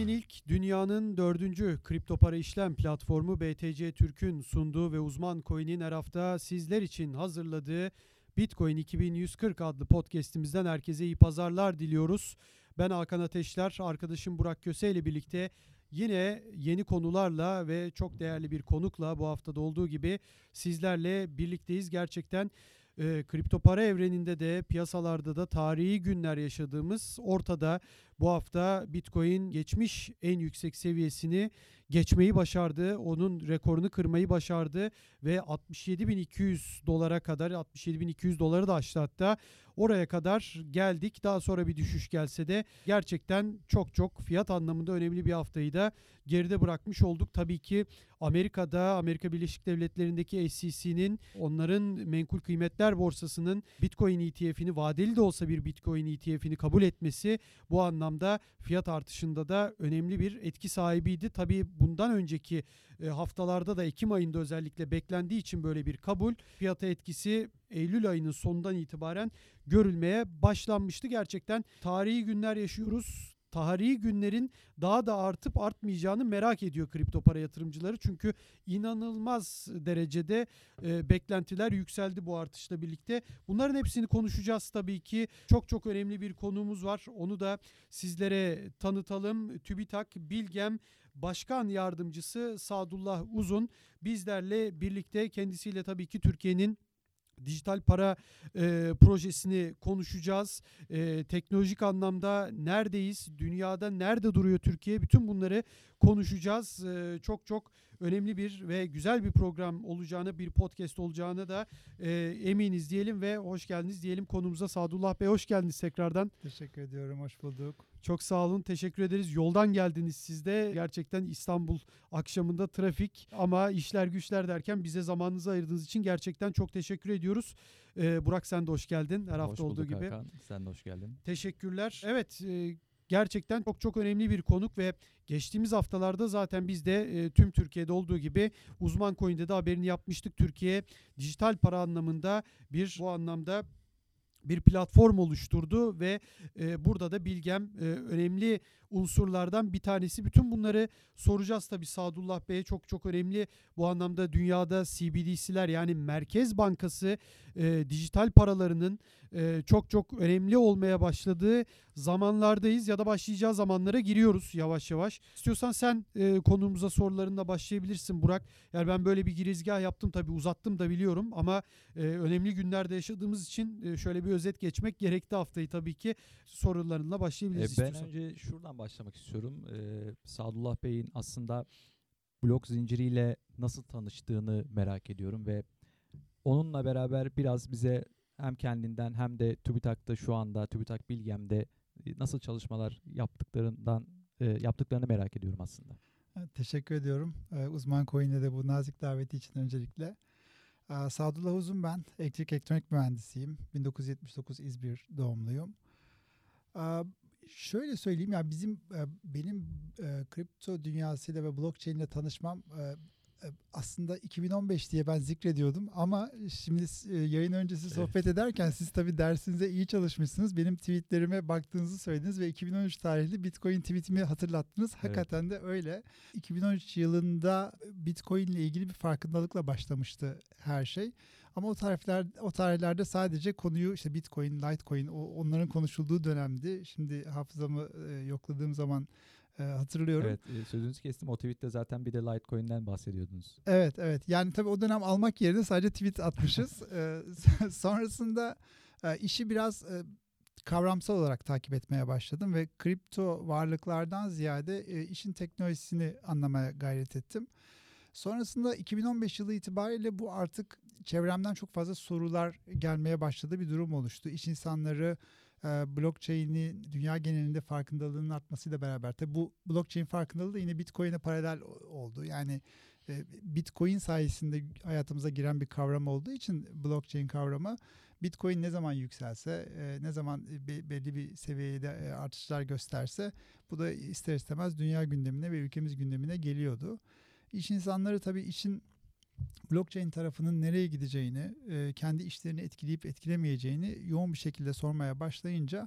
Türkiye'nin ilk, dünyanın dördüncü kripto para işlem platformu BTC Türk'ün sunduğu ve uzman coin'in her hafta sizler için hazırladığı Bitcoin 2140 adlı podcast'imizden herkese iyi pazarlar diliyoruz. Ben Hakan Ateşler, arkadaşım Burak Köse ile birlikte yine yeni konularla ve çok değerli bir konukla bu haftada olduğu gibi sizlerle birlikteyiz. Gerçekten kripto para evreninde de piyasalarda da tarihi günler yaşadığımız ortada. Bu hafta Bitcoin geçmiş en yüksek seviyesini geçmeyi başardı. Onun rekorunu kırmayı başardı ve 67.200 dolara kadar, 67.200 doları da aştı hatta. Oraya kadar geldik. Daha sonra bir düşüş gelse de gerçekten çok fiyat anlamında önemli bir haftayı da geride bırakmış olduk. Tabii ki Amerika'da, Amerika Birleşik Devletleri'ndeki SEC'nin, onların menkul kıymetler borsasının Bitcoin ETF'ini, vadeli de olsa bir Bitcoin ETF'ini kabul etmesi bu anlamda fiyat artışında da önemli bir etki sahibiydi. Tabii bundan önceki haftalarda da Ekim ayında özellikle beklendiği için böyle bir kabul fiyata etkisi Eylül ayının sonundan itibaren görülmeye başlanmıştı. Gerçekten tarihi günler yaşıyoruz. Tarihi günlerin daha da artıp artmayacağını merak ediyor kripto para yatırımcıları. Çünkü inanılmaz derecede beklentiler yükseldi bu artışla birlikte. Bunların hepsini konuşacağız tabii ki. Çok önemli bir konuğumuz var. Onu da sizlere tanıtalım. TÜBİTAK Bilgem Başkan Yardımcısı Sadullah Uzun bizlerle birlikte. Kendisiyle tabii ki Türkiye'nin dijital para projesini konuşacağız. Teknolojik anlamda neredeyiz? Dünyada nerede duruyor Türkiye? Bütün bunları konuşacağız. Çok önemli bir ve güzel bir program olacağını, bir podcast olacağını da eminiz diyelim ve hoş geldiniz diyelim konumuza. Sadullah Bey, hoş geldiniz tekrardan. Teşekkür ediyorum, hoş bulduk. Çok sağ olun, teşekkür ederiz. Yoldan geldiniz siz de. Gerçekten İstanbul akşamında trafik ama işler güçler derken bize zamanınızı ayırdığınız için gerçekten çok teşekkür ediyoruz. Burak, sen de hoş geldin her hafta olduğu gibi. Hoş bulduk Hakan, sen de hoş geldin. Teşekkürler. Evet, gerçekten çok önemli bir konuk ve geçtiğimiz haftalarda zaten biz de tüm Türkiye'de olduğu gibi Uzman Coin'de de haberini yapmıştık. Türkiye dijital para anlamında bu anlamda bir platform oluşturdu ve burada da Bilgem önemli unsurlardan bir tanesi. Bütün bunları soracağız tabii Sadullah Bey'e. Çok önemli bu anlamda dünyada CBDC'ler, yani Merkez Bankası dijital paralarının çok önemli olmaya başladığı zamanlardayız ya da başlayacağı zamanlara giriyoruz yavaş yavaş. İstiyorsan sen konumuza sorularınla başlayabilirsin Burak. Yani ben böyle bir girizgah yaptım, tabii uzattım da biliyorum ama önemli günlerde yaşadığımız için şöyle bir özet geçmek gerekti haftayı tabii ki. Sorularınla başlayabiliriz Ben istiyorsan. önce şuradan başlamak istiyorum. Sadullah Bey'in aslında blok zinciriyle nasıl tanıştığını merak ediyorum ve onunla beraber biraz bize hem kendinden hem de TÜBİTAK'ta şu anda TÜBİTAK Bilgem'de nasıl çalışmalar yaptıklarını merak ediyorum aslında. Evet, teşekkür ediyorum. Uzman Coin'de de bu nazik daveti için öncelikle. Sadullah Uzun ben, elektrik elektronik mühendisiyim. 1979 İzmir doğumluyum. Şöyle söyleyeyim, ya benim kripto dünyasıyla ve blockchain ile tanışmam aslında 2015 diye ben zikrediyordum ama şimdi yayın öncesi sohbet ederken siz tabii dersinize iyi çalışmışsınız. Benim tweetlerime baktığınızı söylediniz ve 2013 tarihli Bitcoin tweetimi hatırlattınız. Hakikaten de öyle. 2013 yılında Bitcoin ile ilgili bir farkındalıkla başlamıştı her şey. Ama o tarihlerde sadece konuyu işte Bitcoin, Litecoin onların konuşulduğu dönemdi. Şimdi hafızamı yokladığım zaman hatırlıyorum. Evet, sözünüzü kestim. O tweette zaten bir de Litecoin'den bahsediyordunuz. Evet. Yani tabii o dönem almak yerine sadece tweet atmışız. Sonrasında işi biraz kavramsal olarak takip etmeye başladım ve kripto varlıklardan ziyade işin teknolojisini anlamaya gayret ettim. Sonrasında 2015 yılı itibariyle bu artık çevremden çok fazla sorular gelmeye başladı, bir durum oluştu. İş insanları blockchain'i dünya genelinde farkındalığının artmasıyla beraber, tabi bu blockchain farkındalığı da yine Bitcoin'e paralel oldu. Yani Bitcoin sayesinde hayatımıza giren bir kavram olduğu için blockchain kavramı, Bitcoin ne zaman yükselse, ne zaman belli bir seviyede artışlar gösterse bu da ister istemez dünya gündemine ve ülkemiz gündemine geliyordu. İş insanları tabii işin blockchain tarafının nereye gideceğini, kendi işlerini etkileyip etkilemeyeceğini yoğun bir şekilde sormaya başlayınca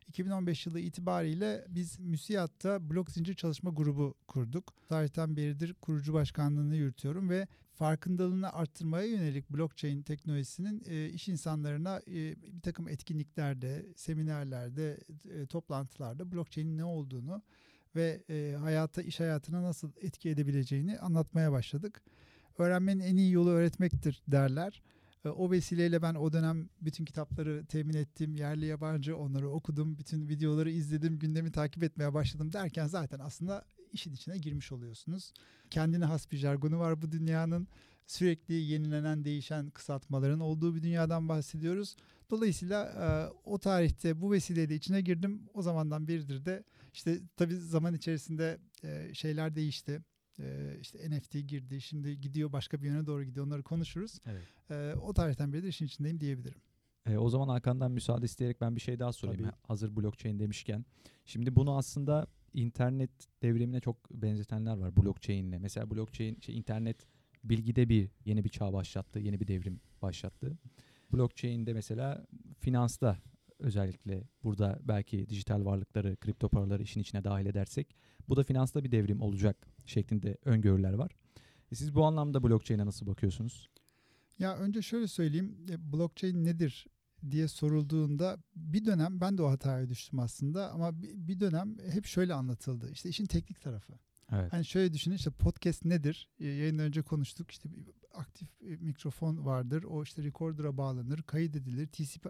2015 yılı itibariyle biz MÜSİAD'da blok zincir çalışma grubu kurduk. Tarihten beridir kurucu başkanlığını yürütüyorum ve farkındalığını arttırmaya yönelik blockchain teknolojisinin iş insanlarına bir takım etkinliklerde, seminerlerde, toplantılarda blockchain'in ne olduğunu ve iş hayatına nasıl etki edebileceğini anlatmaya başladık. Öğrenmenin en iyi yolu öğretmektir derler. O vesileyle ben o dönem bütün kitapları temin ettim, yerli yabancı onları okudum, bütün videoları izledim, gündemi takip etmeye başladım derken zaten aslında işin içine girmiş oluyorsunuz. Kendine has bir jargonu var bu dünyanın. Sürekli yenilenen, değişen kısaltmaların olduğu bir dünyadan bahsediyoruz. Dolayısıyla o tarihte bu vesileyle içine girdim. O zamandan beridir de işte tabii zaman içerisinde şeyler değişti. İşte NFT girdi, şimdi gidiyor başka bir yöne doğru gidiyor, onları konuşuruz. Evet. O tarihten beri de işin içindeyim diyebilirim. O zaman Hakan'dan müsaade isteyerek ben bir şey daha sorayım. Tabii. Hazır blockchain demişken. Şimdi bunu aslında internet devrimine çok benzetenler var blockchain'le. Mesela blockchain internet bilgide yeni bir çağ başlattı, yeni bir devrim başlattı. Blockchain'de mesela finansta özellikle burada belki dijital varlıkları, kripto paraları işin içine dahil edersek bu da finansta bir devrim olacak şeklinde öngörüler var. Siz bu anlamda blockchain'e nasıl bakıyorsunuz? Ya önce şöyle söyleyeyim, blockchain nedir diye sorulduğunda bir dönem ben de o hataya düştüm aslında ama bir dönem hep şöyle anlatıldı. İşte işin teknik tarafı. Evet. Hani şöyle düşünün, işte podcast nedir? Yayından önce konuştuk. İşte bir aktif mikrofon vardır. O işte recorder'a bağlanır, kaydedilir. TCP.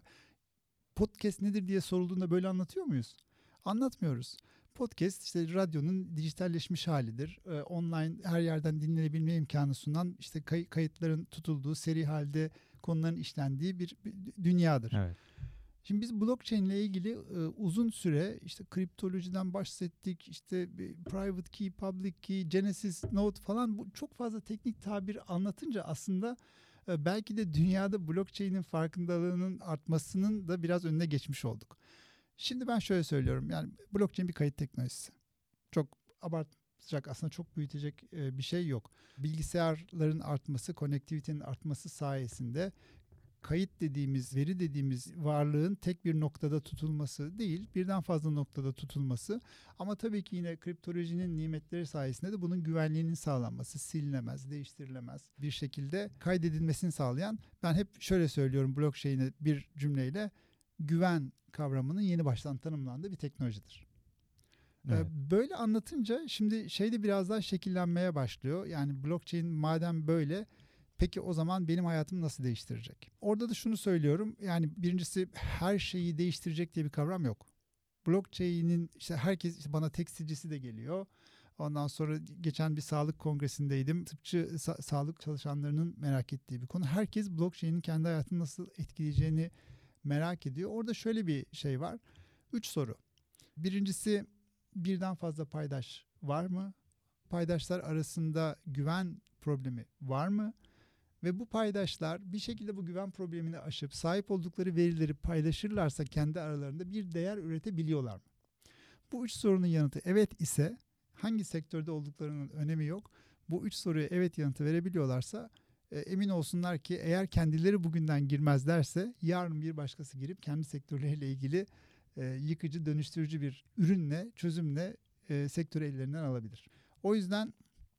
Podcast nedir diye sorulduğunda böyle anlatıyor muyuz? Anlatmıyoruz. Podcast işte radyonun dijitalleşmiş halidir. Online her yerden dinlenebilme imkanı sunan, işte kayıtların tutulduğu, seri halde konuların işlendiği bir dünyadır. Evet. Şimdi biz blockchain ile ilgili uzun süre işte kriptolojiden bahsettik, işte private key, public key, Genesis node falan, bu çok fazla teknik tabir anlatınca aslında belki de dünyada blockchain'in farkındalığının artmasının da biraz önüne geçmiş olduk. Şimdi ben şöyle söylüyorum, yani blockchain bir kayıt teknolojisi. Çok abartacak, aslında çok büyütecek bir şey yok. Bilgisayarların artması, konnektivitenin artması sayesinde kayıt dediğimiz, veri dediğimiz varlığın tek bir noktada tutulması değil, birden fazla noktada tutulması. Ama tabii ki yine kriptolojinin nimetleri sayesinde de bunun güvenliğinin sağlanması, silinemez, değiştirilemez bir şekilde kaydedilmesini sağlayan, ben hep şöyle söylüyorum blockchain'e bir cümleyle, güven kavramının yeni baştan tanımlandığı bir teknolojidir. Evet. Böyle anlatınca şimdi şey de biraz daha şekillenmeye başlıyor. Yani blockchain madem böyle, peki o zaman benim hayatımı nasıl değiştirecek? Orada da şunu söylüyorum. Yani birincisi, her şeyi değiştirecek diye bir kavram yok. Blockchain'in işte herkes, işte bana tekstilcisi de geliyor. Ondan sonra geçen bir sağlık kongresindeydim. Tıpçı sağlık çalışanlarının merak ettiği bir konu. Herkes blockchain'in kendi hayatını nasıl etkileyeceğini merak ediyor. Orada şöyle bir şey var. 3 soru. Birincisi, birden fazla paydaş var mı? Paydaşlar arasında güven problemi var mı? Ve bu paydaşlar bir şekilde bu güven problemini aşıp sahip oldukları verileri paylaşırlarsa kendi aralarında bir değer üretebiliyorlar mı? Bu 3 sorunun yanıtı evet ise, hangi sektörde olduklarının önemi yok. Bu 3 soruya evet yanıtı verebiliyorlarsa emin olsunlar ki eğer kendileri bugünden girmezlerse yarın bir başkası girip kendi sektörleriyle ilgili yıkıcı, dönüştürücü bir ürünle, çözümle sektörü ellerinden alabilir. O yüzden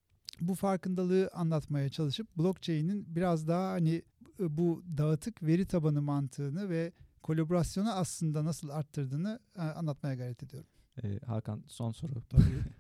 bu farkındalığı anlatmaya çalışıp blockchain'in biraz daha hani bu dağıtık veri tabanı mantığını ve kolaborasyonu aslında nasıl arttırdığını anlatmaya gayret ediyorum. Hakan, son soru. Tabii.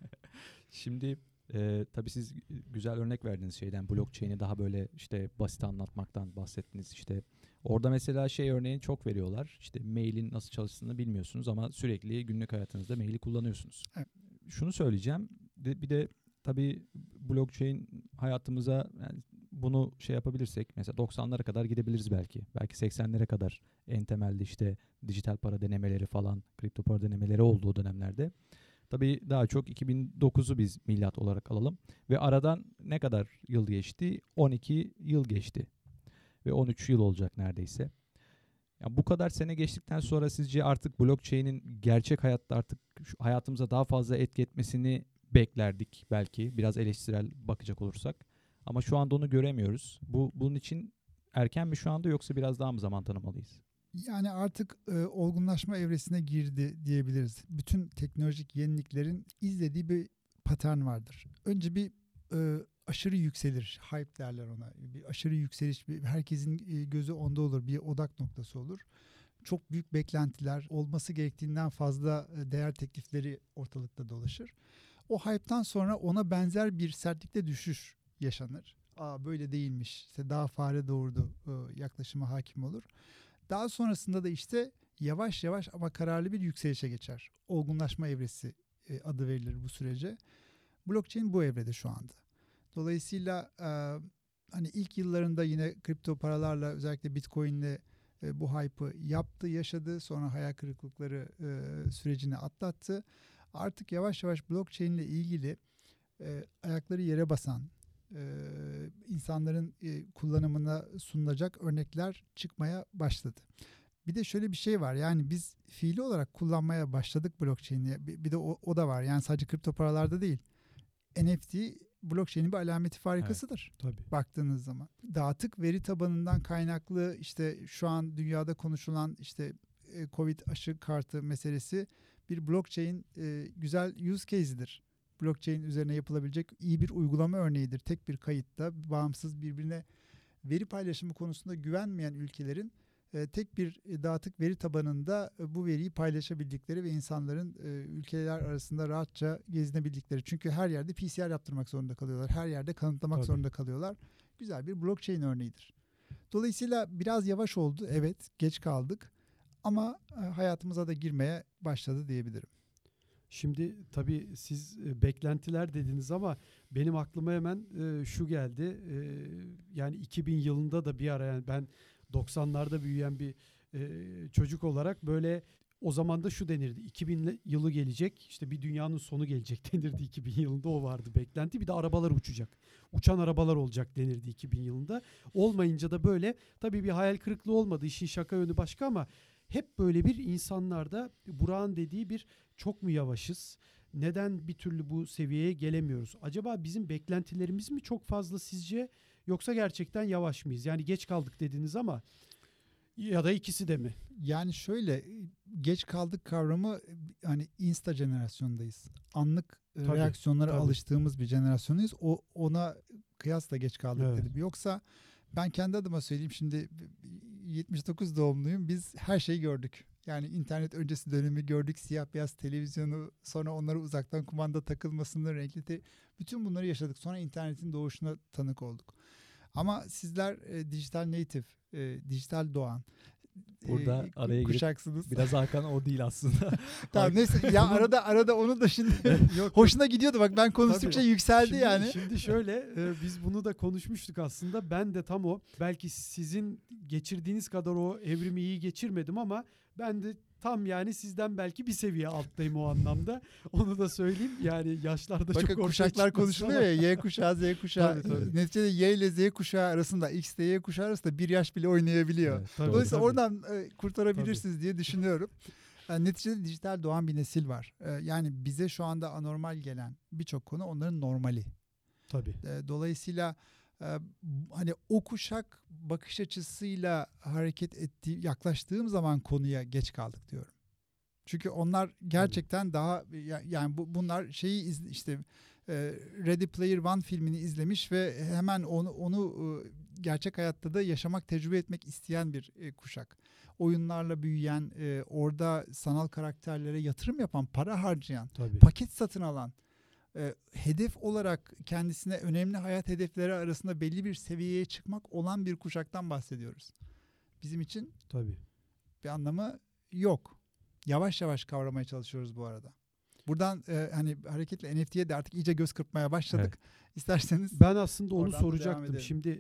Şimdi tabii siz güzel örnek verdiniz şeyden, blockchain'i daha böyle işte basit anlatmaktan bahsettiniz. İşte orada mesela şey örneğini çok veriyorlar. İşte mailin nasıl çalıştığını bilmiyorsunuz ama sürekli günlük hayatınızda maili kullanıyorsunuz. Evet. Şunu söyleyeceğim. Bir de tabii blockchain hayatımıza, yani bunu şey yapabilirsek mesela 90'lara kadar gidebiliriz belki. Belki 80'lere kadar en temelde işte dijital para denemeleri falan, kripto para denemeleri olduğu dönemlerde. Tabii daha çok 2009'u biz milat olarak alalım ve aradan ne kadar yıl geçti? 12 yıl geçti ve 13 yıl olacak neredeyse. Ya bu kadar sene geçtikten sonra sizce artık blockchain'in gerçek hayatta artık hayatımıza daha fazla etki etmesini beklerdik belki, biraz eleştirel bakacak olursak. Ama şu anda onu göremiyoruz. Bunun için erken mi şu anda, yoksa biraz daha mı zaman tanımalıyız? Yani artık olgunlaşma evresine girdi diyebiliriz. Bütün teknolojik yeniliklerin izlediği bir patern vardır. Önce bir aşırı yükselir, hype derler ona. Bir aşırı yükseliş, herkesin gözü onda olur, bir odak noktası olur. Çok büyük beklentiler, olması gerektiğinden fazla değer teklifleri ortalıkta dolaşır. O hype'tan sonra ona benzer bir sertlikte düşüş yaşanır. Böyle değilmiş, işte daha fare doğurdu yaklaşıma hakim olur. Daha sonrasında da işte yavaş yavaş ama kararlı bir yükselişe geçer. Olgunlaşma evresi adı verilir bu sürece. Blockchain bu evrede şu anda. Dolayısıyla hani ilk yıllarında yine kripto paralarla, özellikle Bitcoin'le bu hype'ı yaptı, yaşadı. Sonra hayal kırıklıkları sürecini atlattı. Artık yavaş yavaş blockchain ile ilgili ayakları yere basan, insanların kullanımına sunulacak örnekler çıkmaya başladı. Bir de şöyle bir şey var, yani biz fiili olarak kullanmaya başladık blockchain'i. Bir de o da var, yani sadece kripto paralarda değil. NFT blockchain'in bir alameti farikasıdır. Evet, tabii. Baktığınız zaman. Dağıtık veri tabanından kaynaklı, işte şu an dünyada konuşulan işte Covid aşı kartı meselesi bir blockchain güzel use case'idir. Blockchain üzerine yapılabilecek iyi bir uygulama örneğidir. Tek bir kayıtta bağımsız, birbirine veri paylaşımı konusunda güvenmeyen ülkelerin tek bir dağıtık veri tabanında bu veriyi paylaşabildikleri ve insanların ülkeler arasında rahatça gezinebildikleri. Çünkü her yerde PCR yaptırmak zorunda kalıyorlar. Her yerde kanıtlamak Tabii. zorunda kalıyorlar. Güzel bir blockchain örneğidir. Dolayısıyla biraz yavaş oldu. Evet, geç kaldık. Ama hayatımıza da girmeye başladı diyebilirim. Şimdi tabii siz beklentiler dediniz ama benim aklıma hemen şu geldi. Yani 2000 yılında da bir ara, yani ben 90'larda büyüyen bir çocuk olarak böyle, o zaman da şu denirdi: 2000 yılı gelecek, işte bir dünyanın sonu gelecek denirdi 2000 yılında, o vardı beklenti. Bir de arabalar uçacak. Uçan arabalar olacak denirdi 2000 yılında. Olmayınca da böyle tabii bir hayal kırıklığı olmadı. İşin şaka yönü başka ama hep böyle bir insanlarda Burak'ın dediği bir çok mu yavaşız? Neden bir türlü bu seviyeye gelemiyoruz? Acaba bizim beklentilerimiz mi çok fazla sizce, yoksa gerçekten yavaş mıyız? Yani geç kaldık dediniz ama, ya da ikisi de mi? Yani şöyle, geç kaldık kavramı, hani insta jenerasyondayız. Anlık Tabii, reaksiyonlara tabii. alıştığımız bir jenerasyondayız. Ona kıyasla geç kaldık Evet. dedim. Yoksa ben kendi adıma söyleyeyim, şimdi 79 doğumluyum. Biz her şeyi gördük. Yani internet öncesi dönemi gördük. Siyah beyaz televizyonu, sonra onlara uzaktan kumanda takılmasını, renkli bütün bunları yaşadık. Sonra internetin doğuşuna tanık olduk. Ama sizler dijital native, dijital doğan Burada araya girip kuşaksınız. biraz Hakan o değil aslında. Tamam, neyse ya, arada onu da şimdi Yok, hoşuna gidiyordu, bak ben konuştukça Tabii. yükseldi yani. Şimdi şöyle, biz bunu da konuşmuştuk aslında. Ben de tam o, belki sizin geçirdiğiniz kadar o evrimi iyi geçirmedim ama ben de tam, yani sizden belki bir seviye alttayım o anlamda. Onu da söyleyeyim. Yani yaşlarda Bakın çok ortaya kuşaklar çıkmasın konuşuluyor ama. ya, Y kuşağı, Z kuşağı. Tabii. Neticede Y ile Z kuşağı arasında, X ile Y kuşağı arasında bir yaş bile oynayabiliyor. Evet, Tabii, Dolayısıyla tabii. oradan kurtarabilirsiniz diye düşünüyorum. Yani neticede dijital doğan bir nesil var. Yani bize şu anda anormal gelen birçok konu onların normali. Tabii. Dolayısıyla hani o kuşak bakış açısıyla hareket yaklaştığım zaman konuya geç kaldık diyorum. Çünkü onlar gerçekten daha, yani bunlar işte Ready Player One filmini izlemiş ve hemen onu gerçek hayatta da yaşamak, tecrübe etmek isteyen bir kuşak. Oyunlarla büyüyen, orada sanal karakterlere yatırım yapan, para harcayan, Tabii. paket satın alan, hedef olarak kendisine önemli hayat hedefleri arasında belli bir seviyeye çıkmak olan bir kuşaktan bahsediyoruz. Bizim için Tabii. bir anlamı yok. Yavaş yavaş kavramaya çalışıyoruz bu arada. Buradan hani hareketle NFT'ye de artık iyice göz kırpmaya başladık. İsterseniz Ben aslında onu oradan da devam soracaktım. edelim. Şimdi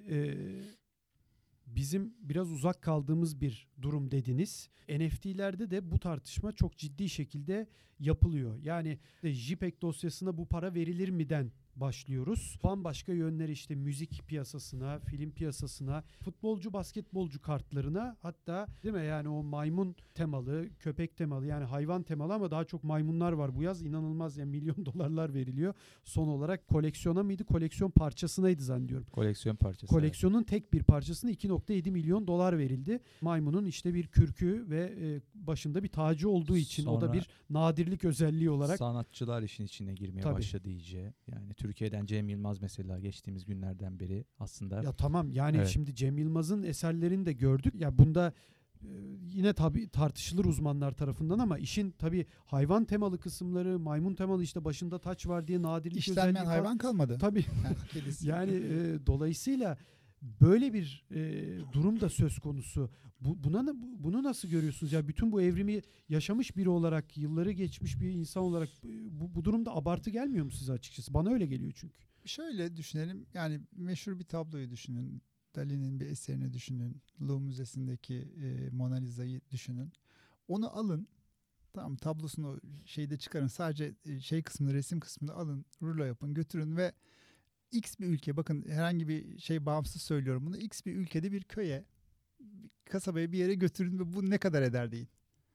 bizim biraz uzak kaldığımız bir durum dediniz. NFT'lerde de bu tartışma çok ciddi şekilde yapılıyor. Yani JPEG dosyasına bu para verilir mi'den başlıyoruz. Bambaşka yönleri işte müzik piyasasına, film piyasasına, futbolcu, basketbolcu kartlarına, hatta değil mi yani o maymun temalı, köpek temalı yani hayvan temalı ama daha çok maymunlar var bu yaz. İnanılmaz yani milyon dolarlar veriliyor. Son olarak koleksiyona mıydı? Koleksiyon parçasınaydı zannediyorum. Koleksiyon parçası. Koleksiyonun tek bir parçasına 2.7 milyon dolar verildi. Maymunun işte bir kürkü ve başında bir tacı olduğu için o da Sonra bir nadirlik özelliği olarak. sanatçılar işin içine girmeye Tabii. başladı iyice. Yani Türkiye'den Cem Yılmaz mesela geçtiğimiz günlerden beri aslında. Ya tamam yani Evet. şimdi Cem Yılmaz'ın eserlerini de gördük. Ya bunda yine tabii tartışılır uzmanlar tarafından ama işin tabii hayvan temalı kısımları, maymun temalı işte başında taç var diye nadirlik İşlenmeyen özelliği falan. hayvan kalmadı. Tabii. Kedisi. Yani dolayısıyla böyle bir durum da söz konusu. Bunu nasıl görüyorsunuz? Ya bütün bu evrimi yaşamış biri olarak, yılları geçmiş bir insan olarak bu durumda abartı gelmiyor mu size açıkçası? Bana öyle geliyor çünkü. Şöyle düşünelim. Yani meşhur bir tabloyu düşünün. Dali'nin bir eserini düşünün. Louvre Müzesi'ndeki Mona Lisa'yı düşünün. Onu alın. Tamam, tablosunu şeyde çıkarın. Sadece şey kısmını, resim kısmını alın. Rulo yapın, götürün ve X bir ülke, bakın herhangi bir şey bağımsız söylüyorum bunu. X bir ülkede bir köye, bir kasabaya, bir yere götürün ve bu ne kadar eder deyin.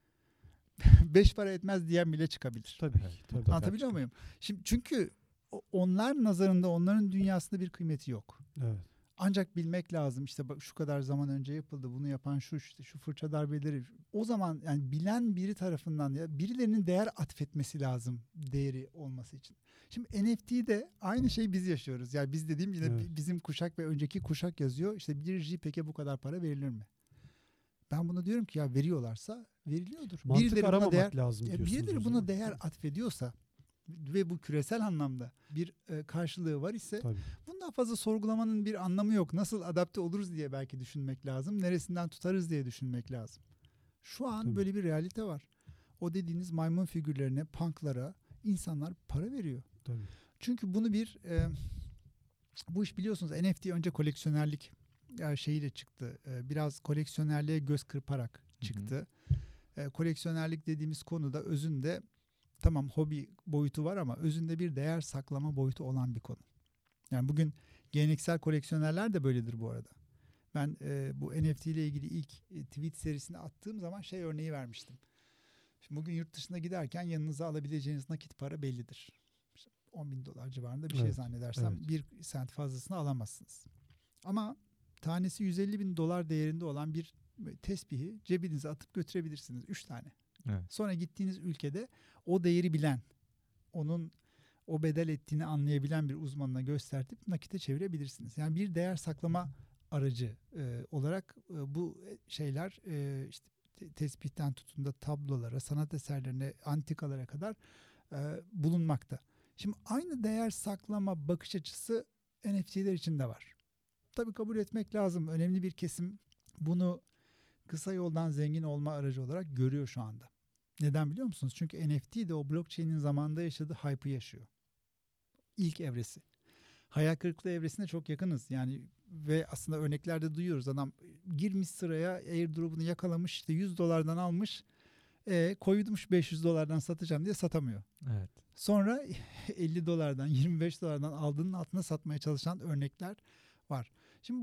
5 para etmez diyen bile çıkabilir. Tabii. Evet, Tabii. Anlatabiliyor muyum? Şimdi çünkü onlar nazarında, onların dünyasında bir kıymeti yok. Evet. Ancak bilmek lazım. İşte bak şu kadar zaman önce yapıldı. Bunu yapan şu, işte şu fırça darbeleri. O zaman yani bilen biri tarafından, ya birilerinin değer atfetmesi lazım değeri olması için. Şimdi NFT'de aynı şey biz yaşıyoruz. Yani biz dediğim yine Evet. bizim kuşak ve önceki kuşak yazıyor. İşte bir JPEG'e bu kadar para verilir mi? Ben buna diyorum ki ya veriyorlarsa veriliyordur. Mantık Birileri buna aramamak değer, lazım diyorsunuz. birileri o buna zaman. değer atfediyorsa ve bu küresel anlamda bir karşılığı var ise Tabii. bundan fazla sorgulamanın bir anlamı yok. Nasıl adapte oluruz diye belki düşünmek lazım. Neresinden tutarız diye düşünmek lazım. Şu an Tabii. böyle bir realite var. O dediğiniz maymun figürlerine, punklara insanlar para veriyor. Tabii. Çünkü bunu bu iş biliyorsunuz NFT önce koleksiyonerlik şeyiyle çıktı. Biraz koleksiyonerliğe göz kırparak çıktı. Koleksiyonerlik dediğimiz konuda özünde tamam hobi boyutu var ama özünde bir değer saklama boyutu olan bir konu. Yani bugün geleneksel koleksiyonerler de böyledir bu arada. Ben bu NFT ile ilgili ilk tweet serisini attığım zaman şey örneği vermiştim. Şimdi bugün yurt dışına giderken yanınıza alabileceğiniz nakit para bellidir. İşte $10.000 civarında bir şey Evet, zannedersem evet. 1 sent fazlasını alamazsınız. Ama tanesi $150.000 değerinde olan bir tesbihi cebinize atıp götürebilirsiniz. 3 tane. Evet. Sonra gittiğiniz ülkede o değeri bilen, onun o bedel ettiğini anlayabilen bir uzmanına gösterip nakite çevirebilirsiniz. Yani bir değer saklama aracı olarak bu şeyler işte tespihten tutun da tablolara, sanat eserlerine, antikalara kadar bulunmakta. Şimdi aynı değer saklama bakış açısı NFT'ler için de var. Tabii kabul etmek lazım. Önemli bir kesim bunu kısa yoldan zengin olma aracı olarak görüyor şu anda. Neden biliyor musunuz? Çünkü NFT de o blockchain'in zamanında yaşadığı hype'ı yaşıyor. İlk evresi. Hayal kırıklığı evresine çok yakınız. Yani ve aslında örneklerde duyuyoruz. Adam girmiş sıraya, airdrop'unu yakalamış, işte $100'dan almış, koymuş $500'dan satacağım diye satamıyor. Evet. Sonra $50'dan, $25'dan aldığının altına satmaya çalışan örnekler var. Şimdi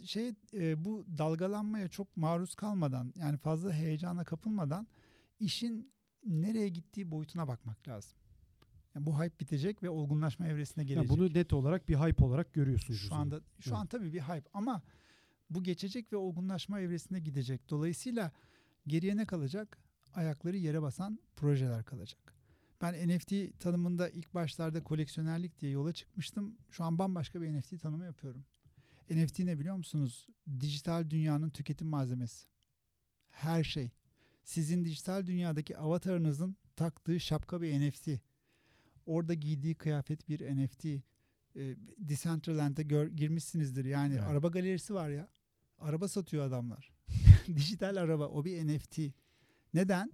bu dalgalanmaya çok maruz kalmadan, yani fazla heyecana kapılmadan işin nereye gittiği boyutuna bakmak lazım. Yani bu hype bitecek ve olgunlaşma evresine gelecek. Yani bunu net olarak bir hype olarak görüyorsunuz. o zaman. Şu an tabii bir hype ama bu geçecek ve olgunlaşma evresine gidecek. Dolayısıyla geriye ne kalacak? Ayakları yere basan projeler kalacak. Ben NFT tanımında ilk başlarda koleksiyonerlik diye yola çıkmıştım. Şu an bambaşka bir NFT tanımı yapıyorum. NFT ne biliyor musunuz? Dijital dünyanın tüketim malzemesi. Her şey. Sizin dijital dünyadaki avatarınızın taktığı şapka bir NFT. Orada giydiği kıyafet bir NFT. Decentraland'e girmişsinizdir. Yani Evet. araba galerisi var ya. Araba satıyor adamlar. Dijital araba, o bir NFT. Neden?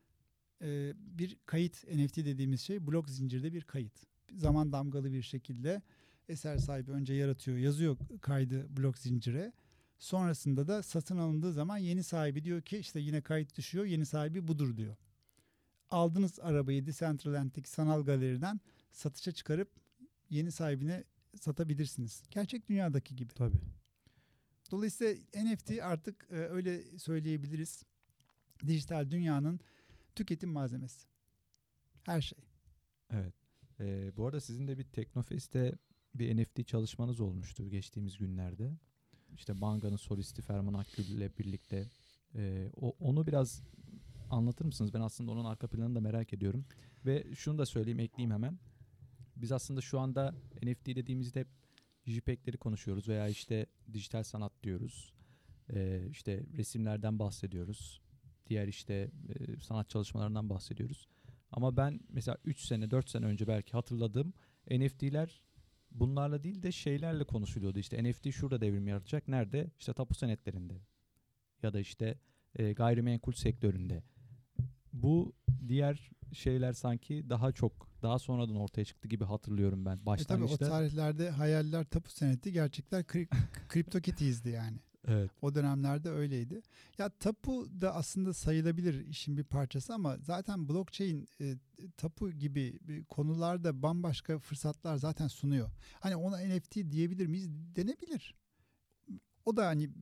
Bir kayıt, NFT dediğimiz şey blok zincirde bir kayıt. Zaman damgalı bir şekilde eser sahibi önce yaratıyor, yazıyor kaydı blok zincire. Sonrasında da satın alındığı zaman yeni sahibi diyor ki işte yine kayıt düşüyor, yeni sahibi budur diyor. Aldığınız arabayı Decentraland'daki sanal galeriden satışa çıkarıp yeni sahibine satabilirsiniz. Gerçek dünyadaki gibi. Tabii. Dolayısıyla NFT artık öyle söyleyebiliriz. Dijital dünyanın tüketim malzemesi. Her şey. Evet. Bu arada sizin de bir Teknofest'te bir NFT çalışmanız olmuştu geçtiğimiz günlerde. İşte Manga'nın solisti Ferman Akgül ile birlikte. Onu biraz anlatır mısınız? Ben aslında onun arka planını da merak ediyorum. Ve şunu da söyleyeyim, ekleyeyim hemen. Biz aslında şu anda NFT dediğimizde hep JPEG'leri konuşuyoruz veya işte dijital sanat diyoruz. İşte resimlerden bahsediyoruz. Diğer işte sanat çalışmalarından bahsediyoruz. Ama ben mesela 3 sene 4 sene önce belki hatırladığım NFT'ler bunlarla değil de şeylerle konuşuluyordu. İşte NFT şurada devrim yaratacak. Nerede? İşte tapu senetlerinde ya da işte gayrimenkul sektöründe. Bu diğer şeyler sanki daha sonradan ortaya çıktı gibi hatırlıyorum ben Tabii o başlangıçta. tarihlerde hayaller tapu seneti, gerçekler CryptoKitties'di yani. Evet. O dönemlerde öyleydi. Ya tapu da aslında sayılabilir işin bir parçası ama zaten blockchain tapu gibi konularda bambaşka fırsatlar zaten sunuyor. Hani ona NFT diyebilir miyiz? Denebilir. O da hani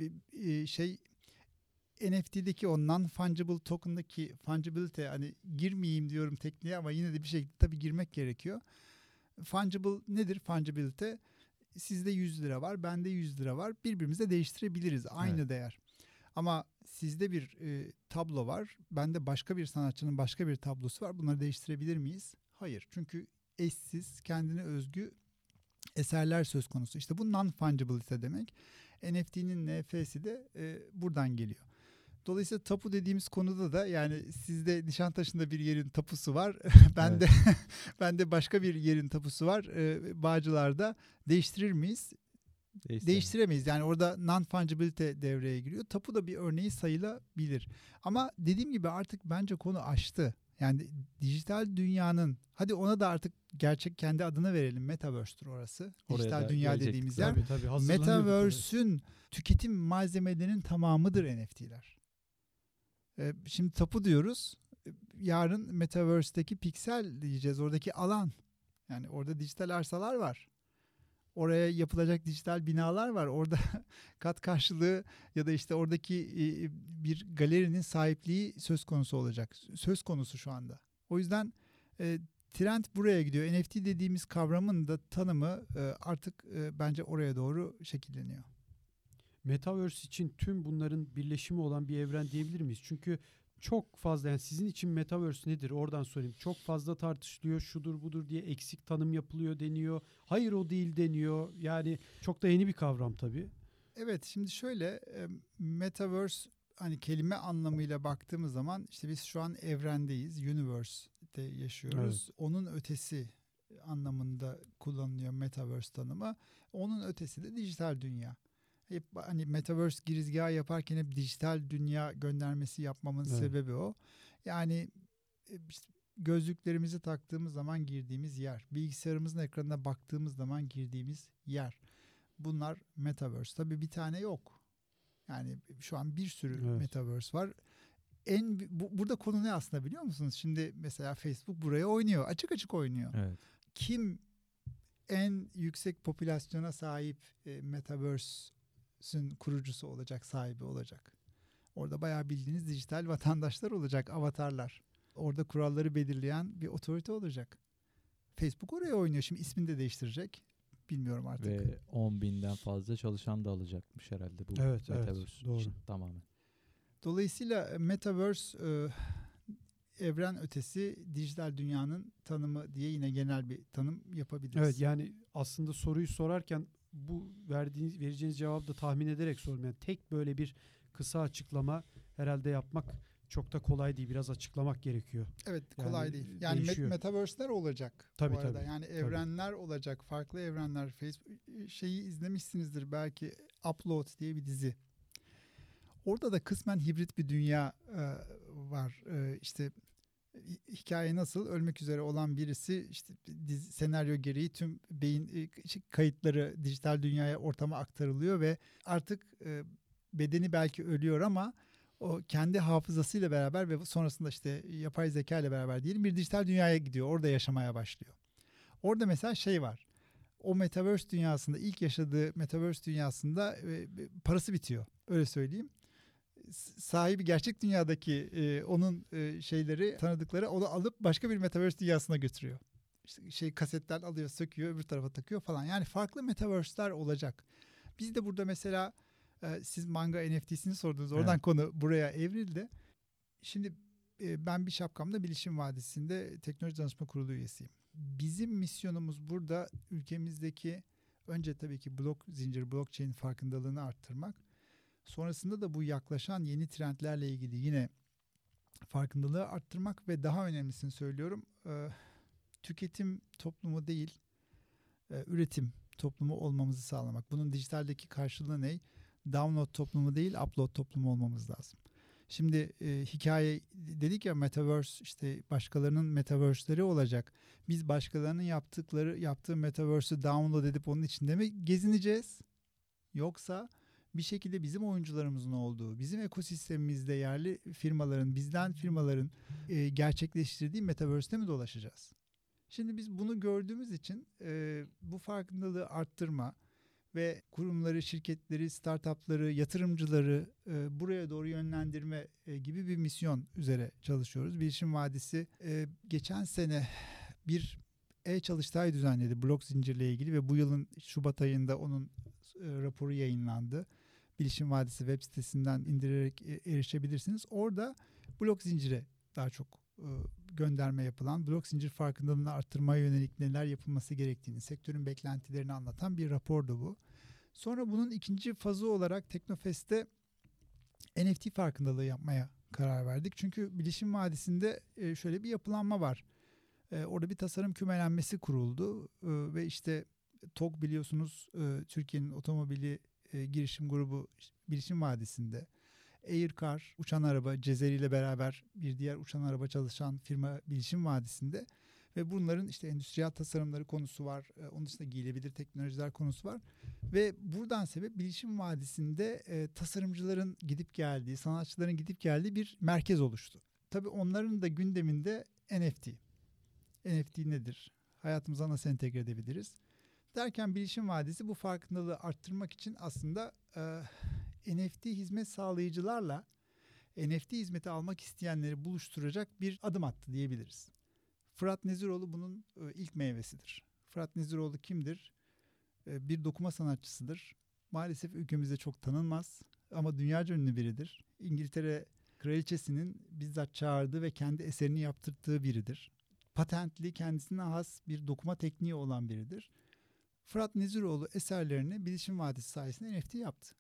NFT'deki o non-fungible token'daki fungibility, hani girmeyeyim diyorum tekniğe ama yine de bir şekilde tabii girmek gerekiyor. Fungible nedir fungibility? Sizde 100 lira var, bende 100 lira var. Birbirimize değiştirebiliriz. Aynı değer. Ama sizde bir tablo var, bende başka bir sanatçının başka bir tablosu var. Bunları değiştirebilir miyiz? Hayır. Çünkü eşsiz, kendine özgü eserler söz konusu. İşte bu non-fungibility demek. NFT'nin NF'si de buradan geliyor. Dolayısıyla tapu dediğimiz konuda da yani sizde Nişantaşı'nda bir yerin tapusu var. Ben de bende başka bir yerin tapusu var. Bağcılar'da değiştirir miyiz? Değiştiremeyiz. Yani orada non-fungibility devreye giriyor. Tapu da bir örneği sayılabilir. Ama dediğim gibi artık bence konu aştı. Yani dijital dünyanın, hadi ona da artık gerçek kendi adını verelim. Metaverse'tür orası. Dijital dünya dediğimiz yer. Tabii, Metaverse'ün tüketim malzemelerinin tamamıdır NFT'ler. Şimdi tapu diyoruz. Yarın Metaverse'deki piksel diyeceğiz. Oradaki alan. Yani orada dijital arsalar var. Oraya yapılacak dijital binalar var. Orada kat karşılığı ya da işte oradaki bir galerinin sahipliği söz konusu olacak. Söz konusu şu anda. O yüzden trend buraya gidiyor. NFT dediğimiz kavramın da tanımı artık bence oraya doğru şekilleniyor. Metaverse için tüm bunların birleşimi olan bir evren diyebilir miyiz? Çünkü çok fazla, yani sizin için Metaverse nedir? Oradan sorayım. Çok fazla tartışılıyor, şudur budur diye eksik tanım yapılıyor deniyor. Hayır o değil deniyor. Yani çok da yeni bir kavram tabii. Evet, şimdi şöyle Metaverse hani kelime anlamıyla baktığımız zaman işte biz şu an evrendeyiz. Universe'de yaşıyoruz. Evet. Onun ötesi anlamında kullanılıyor Metaverse tanımı. Onun ötesi de dijital dünya. Hep hani Metaverse girizgahı yaparken hep dijital dünya göndermesi yapmamın sebebi o. Yani işte gözlüklerimizi taktığımız zaman girdiğimiz yer, bilgisayarımızın ekranına baktığımız zaman girdiğimiz yer. Bunlar Metaverse. Tabii bir tane yok. Yani şu an bir sürü Metaverse var. Burada konu ne aslında biliyor musunuz? Şimdi mesela Facebook buraya oynuyor. Açık açık oynuyor. Evet. Kim en yüksek popülasyona sahip Metaverse'ün kurucusu olacak, sahibi olacak? Orada bayağı bildiğiniz dijital vatandaşlar olacak, avatarlar. Orada kuralları belirleyen bir otorite olacak. Facebook oraya oynuyor. Şimdi ismini de değiştirecek. Bilmiyorum artık. Ve 10.000'den fazla çalışan da alacakmış herhalde bu Metaverse doğru. için tamamen. Dolayısıyla Metaverse evren ötesi dijital dünyanın tanımı diye yine genel bir tanım yapabiliriz. Evet, yani aslında soruyu sorarken bu vereceğiniz cevabı da tahmin ederek sordum. Yani tek böyle bir kısa açıklama herhalde yapmak çok da kolay değil. Biraz açıklamak gerekiyor. Evet, kolay değil. Yani Metaverse'ler olacak tabii, bu arada. Tabii. Yani evrenler olacak, farklı evrenler. Facebook şeyi izlemişsinizdir belki, Upload diye bir dizi. Orada da kısmen hibrit bir dünya var. İşte hikaye nasıl? Ölmek üzere olan birisi işte senaryo gereği tüm beyin kayıtları dijital dünyaya, ortama aktarılıyor ve artık bedeni belki ölüyor ama o kendi hafızasıyla beraber ve sonrasında işte yapay zeka ile beraber diyelim bir dijital dünyaya gidiyor. Orada yaşamaya başlıyor. Orada mesela şey var. o Metaverse dünyasında, ilk yaşadığı Metaverse dünyasında parası bitiyor. Öyle söyleyeyim. Sahibi gerçek dünyadaki onun şeyleri, tanıdıkları onu alıp başka bir Metaverse dünyasına götürüyor. İşte kasetler alıyor, söküyor, öbür tarafa takıyor falan. Yani farklı Metaverse'ler olacak. Biz de burada mesela siz manga NFT'sini sordunuz. Oradan konu buraya evrildi. Şimdi ben bir şapkamda Bilişim Vadisi'nde Teknoloji Danışma Kurulu üyesiyim. Bizim misyonumuz burada ülkemizdeki önce tabii ki blok zincir, blockchain farkındalığını arttırmak. Sonrasında da bu yaklaşan yeni trendlerle ilgili yine farkındalığı arttırmak ve daha önemlisini söylüyorum, tüketim toplumu değil, üretim toplumu olmamızı sağlamak. Bunun dijitaldeki karşılığı ne? Download toplumu değil, upload toplumu olmamız lazım. Şimdi hikaye dedik ya, Metaverse, işte başkalarının Metaverse'leri olacak. Biz başkalarının yaptığı Metaverse'ü download edip onun içinde mi gezineceğiz? Yoksa bir şekilde bizim oyuncularımızın olduğu, bizim ekosistemimizde yerli firmaların, bizden firmaların gerçekleştirdiği Metaverse'te mi dolaşacağız? Şimdi biz bunu gördüğümüz için bu farkındalığı arttırma ve kurumları, şirketleri, startupları, yatırımcıları buraya doğru yönlendirme gibi bir misyon üzere çalışıyoruz. Bilişim Vadisi geçen sene bir çalıştay düzenledi blok zincirle ilgili ve bu yılın Şubat ayında onun raporu yayınlandı. Bilişim Vadisi web sitesinden indirerek erişebilirsiniz. Orada blok zincire daha çok gönderme yapılan, blok zincir farkındalığını arttırmaya yönelik neler yapılması gerektiğini, sektörün beklentilerini anlatan bir rapordu bu. Sonra bunun ikinci fazı olarak Teknofest'te NFT farkındalığı yapmaya karar verdik. Çünkü Bilişim Vadisi'nde şöyle bir yapılanma var. Orada bir tasarım kümelenmesi kuruldu ve işte TOG biliyorsunuz, Türkiye'nin otomobili girişim grubu Bilişim Vadisi'nde. Aircar, uçan araba, Cezeri ile beraber bir diğer uçan araba çalışan firma Bilişim Vadisi'nde ve bunların işte endüstriyel tasarımları konusu var. Onun dışında giyilebilir teknolojiler konusu var. Ve buradan sebep Bilişim Vadisi'nde tasarımcıların gidip geldiği, sanatçıların gidip geldiği bir merkez oluştu. Tabii onların da gündeminde NFT. NFT nedir? Hayatımıza nasıl entegre edebiliriz? Derken Bilişim Vadisi bu farkındalığı arttırmak için aslında NFT hizmet sağlayıcılarla NFT hizmeti almak isteyenleri buluşturacak bir adım attı diyebiliriz. Fırat Neziroğlu bunun ilk meyvesidir. Fırat Neziroğlu kimdir? Bir dokuma sanatçısıdır. Maalesef ülkemizde çok tanınmaz ama dünyaca ünlü biridir. İngiltere kraliçesinin bizzat çağırdığı ve kendi eserini yaptırttığı biridir. Patentli, kendisine has bir dokuma tekniği olan biridir. Fırat Neziroğlu eserlerini Bilişim Vadisi sayesinde NFT yaptı.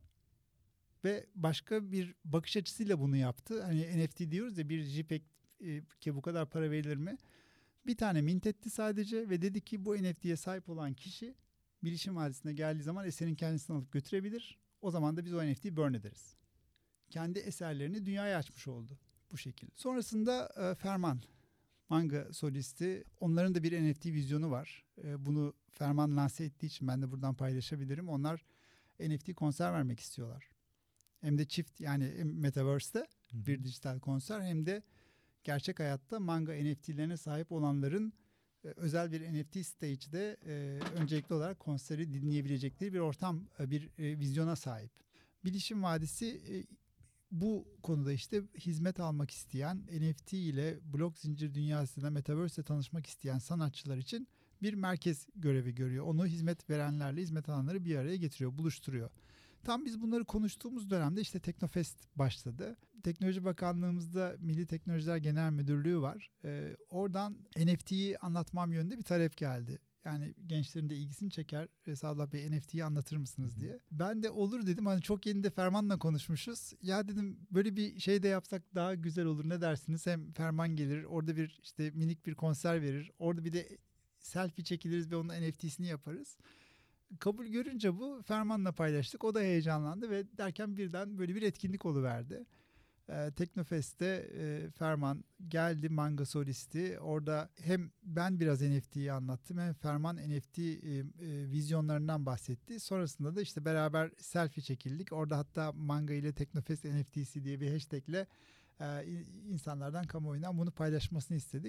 Ve başka bir bakış açısıyla bunu yaptı. Hani NFT diyoruz ya, bir JPEG ki bu kadar para verilir mi? Bir tane mint etti sadece ve dedi ki bu NFT'ye sahip olan kişi Bilişim Vadisi'ne geldiği zaman eserin kendisini alıp götürebilir. O zaman da biz o NFT'yi burn ederiz. Kendi eserlerini dünyaya açmış oldu bu şekilde. Sonrasında Ferman, manga solisti, onların da bir NFT vizyonu var. Bunu Ferman lanse ettiği için ben de buradan paylaşabilirim. Onlar NFT konser vermek istiyorlar. Hem de çift, yani Metaverse'te bir dijital konser, hem de gerçek hayatta manga NFT'lerine sahip olanların özel bir NFT stage'de öncelikli olarak konseri dinleyebilecekleri bir ortam, bir vizyona sahip. Bilişim Vadisi bu konuda işte hizmet almak isteyen, NFT ile blok zincir dünyasında Metaverse ile tanışmak isteyen sanatçılar için bir merkez görevi görüyor. Onu hizmet verenlerle hizmet alanları bir araya getiriyor, buluşturuyor. Tam biz bunları konuştuğumuz dönemde işte Teknofest başladı. Teknoloji Bakanlığımızda Milli Teknolojiler Genel Müdürlüğü var. Oradan NFT'yi anlatmam yönünde bir talep geldi. Yani gençlerin de ilgisini çeker. Sadullah Bey, NFT'yi anlatır mısınız diye. Ben de olur dedim. Hani çok yeni de Ferman'la konuşmuşuz. Ya dedim, böyle bir şey de yapsak daha güzel olur. Ne dersiniz? Hem Ferman gelir. Orada bir işte minik bir konser verir. Orada bir de selfie çekiliriz ve onun NFT'sini yaparız. Kabul görünce bu Ferman'la paylaştık. O da heyecanlandı ve derken birden böyle bir etkinlik oluverdi. Teknofest'te Ferman geldi, manga solisti. Orada hem ben biraz NFT'yi anlattım, hem Ferman NFT vizyonlarından bahsetti. Sonrasında da işte beraber selfie çekildik. Orada hatta manga ile Teknofest NFT'si diye bir hashtagle insanlardan, kamuoyundan bunu paylaşmasını istedik.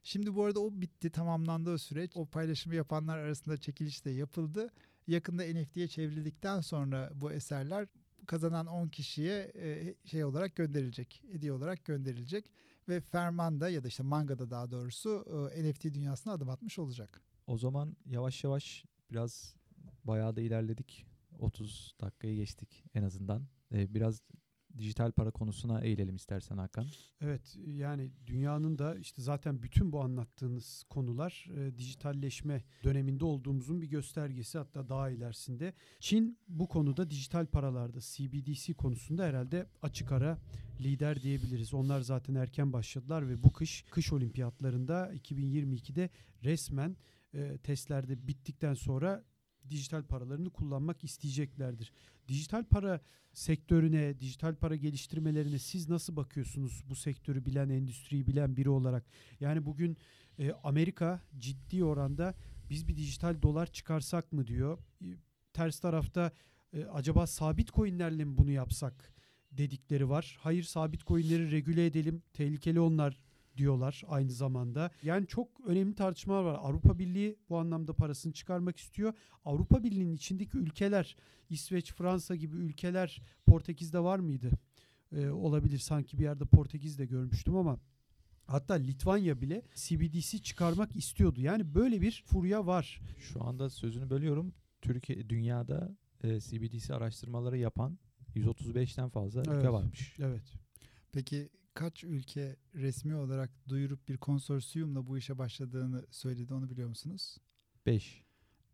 Şimdi bu arada o bitti, tamamlandı o süreç. O paylaşımı yapanlar arasında çekiliş de yapıldı. Yakında NFT'ye çevrildikten sonra bu eserler kazanan 10 kişiye şey olarak gönderilecek, hediye olarak gönderilecek ve Ferman'da ya da işte Manga'da daha doğrusu NFT dünyasına adım atmış olacak. O zaman yavaş yavaş biraz bayağı da ilerledik. 30 dakikayı geçtik en azından. Biraz dijital para konusuna eğilelim istersen Hakan. Evet, yani dünyanın da işte zaten bütün bu anlattığınız konular dijitalleşme döneminde olduğumuzun bir göstergesi, hatta daha ilerisinde. Çin bu konuda dijital paralarda CBDC konusunda herhalde açık ara lider diyebiliriz. Onlar zaten erken başladılar ve bu kış olimpiyatlarında 2022'de resmen testlerde bittikten sonra dijital paralarını kullanmak isteyeceklerdir. Dijital para sektörüne, dijital para geliştirmelerine siz nasıl bakıyorsunuz, bu sektörü bilen, endüstriyi bilen biri olarak? Yani bugün Amerika ciddi oranda biz bir dijital dolar çıkarsak mı diyor. Ters tarafta acaba sabit coinlerle mi bunu yapsak dedikleri var. Hayır, sabit coinleri regüle edelim, tehlikeli onlar diyorlar aynı zamanda. Yani çok önemli tartışmalar var. Avrupa Birliği bu anlamda parasını çıkarmak istiyor. Avrupa Birliği'nin içindeki ülkeler, İsveç, Fransa gibi ülkeler, Portekiz'de var mıydı? Olabilir, sanki bir yerde Portekiz'de görmüştüm ama hatta Litvanya bile CBDC çıkarmak istiyordu. Yani böyle bir furya var. Şu anda sözünü bölüyorum. Türkiye dünyada CBDC araştırmaları yapan 135'ten fazla ülke varmış. Evet. Peki kaç ülke resmi olarak duyurup bir konsorsiyumla bu işe başladığını söyledi, onu biliyor musunuz? 5.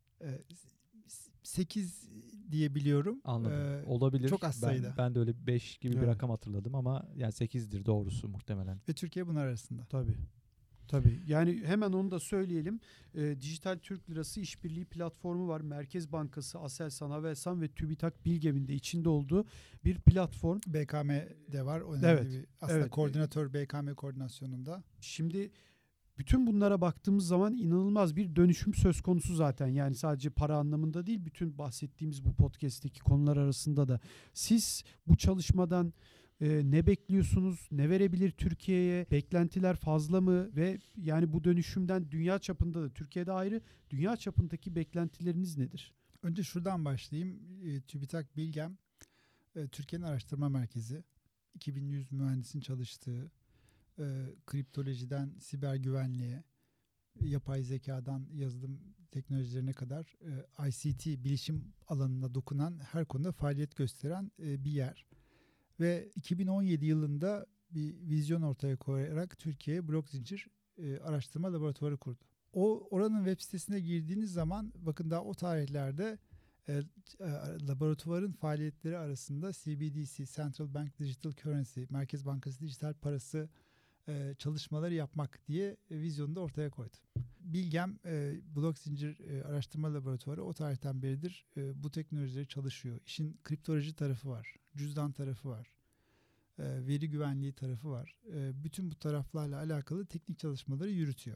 8 diye biliyorum. Anladım. Olabilir. Çok az sayıda. Ben de öyle 5 gibi bir Evet. rakam hatırladım ama yani 8'dir doğrusu muhtemelen. Ve Türkiye bunlar arasında. Tabii. Tabii. Yani hemen onu da söyleyelim. Dijital Türk Lirası İşbirliği platformu var. Merkez Bankası, Aselsan, Havelsan ve TÜBİTAK Bilgem'in de içinde olduğu bir platform. BKM'de var. Önemli Evet, bir aslında evet. koordinatör BKM koordinasyonunda. Şimdi bütün bunlara baktığımız zaman inanılmaz bir dönüşüm söz konusu zaten. Yani sadece para anlamında değil, bütün bahsettiğimiz bu podcast'teki konular arasında da. Siz bu çalışmadan ne bekliyorsunuz? Ne verebilir Türkiye'ye? Beklentiler fazla mı? Ve yani bu dönüşümden dünya çapında da, Türkiye'de ayrı, dünya çapındaki beklentileriniz nedir? Önce şuradan başlayayım. TÜBİTAK Bilgem, Türkiye'nin araştırma merkezi. 2100 mühendisin çalıştığı, kriptolojiden siber güvenliğe, yapay zekadan yazılım teknolojilerine kadar ICT bilişim alanına dokunan, her konuda faaliyet gösteren bir yer. Ve 2017 yılında bir vizyon ortaya koyarak Türkiye Blok Zincir Araştırma Laboratuvarı kurdu. Oranın web sitesine girdiğiniz zaman bakın daha o tarihlerde laboratuvarın faaliyetleri arasında CBDC, Central Bank Digital Currency, Merkez Bankası Dijital Parası çalışmaları yapmak diye vizyonu da ortaya koydu. Bilgem Blok Zincir Araştırma Laboratuvarı o tarihten beridir bu teknolojileri çalışıyor. İşin kriptoloji tarafı var, cüzdan tarafı var, veri güvenliği tarafı var. Bütün bu taraflarla alakalı teknik çalışmaları yürütüyor.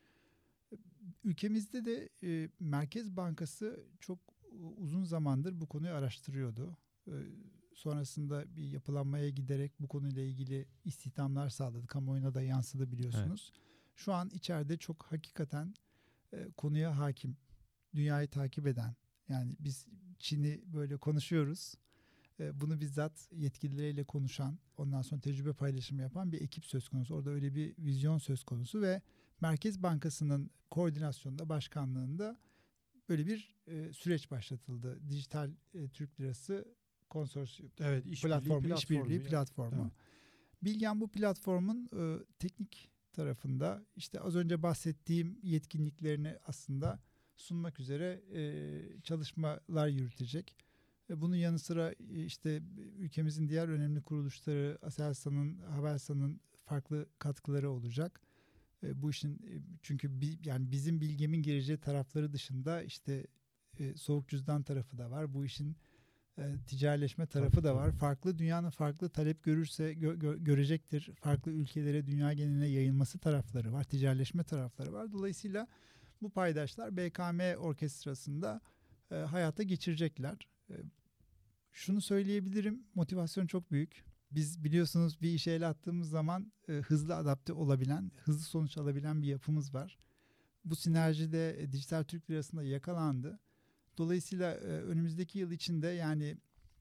Ülkemizde de Merkez Bankası çok uzun zamandır bu konuyu araştırıyordu. Sonrasında bir yapılanmaya giderek bu konuyla ilgili istihdamlar sağladı. Kamuoyuna da yansıdı biliyorsunuz. Evet. Şu an içeride çok hakikaten konuya hakim, dünyayı takip eden, yani biz Çin'i böyle konuşuyoruz. Bunu bizzat yetkilileriyle konuşan, ondan sonra tecrübe paylaşımı yapan bir ekip söz konusu. Orada öyle bir vizyon söz konusu ve Merkez Bankası'nın koordinasyonunda, başkanlığında böyle bir süreç başlatıldı. Dijital Türk Lirası konsorsiyum, evet, işbirliği platformu. Evet. Bilgem bu platformun teknik tarafında işte az önce bahsettiğim yetkinliklerini aslında sunmak üzere çalışmalar yürütecek. Bunun yanı sıra işte ülkemizin diğer önemli kuruluşları, Aselsan'ın, Havelsan'ın farklı katkıları olacak. Bu işin çünkü yani bizim Bilgem'in gireceği tarafları dışında işte soğuk cüzdan tarafı da var. Bu işin ticarileşme tarafı da var. Farklı, dünyanın farklı talep görürse görecektir. Farklı ülkelere, dünya geneline yayılması tarafları var. Ticarileşme tarafları var. Dolayısıyla bu paydaşlar BKM orkestrasında hayata geçirecekler. Şunu söyleyebilirim, motivasyon çok büyük. Biz biliyorsunuz bir işe el attığımız zaman hızlı adapte olabilen, hızlı sonuç alabilen bir yapımız var. Bu sinerji de dijital Türk lirasında yakalandı. Dolayısıyla önümüzdeki yıl içinde yani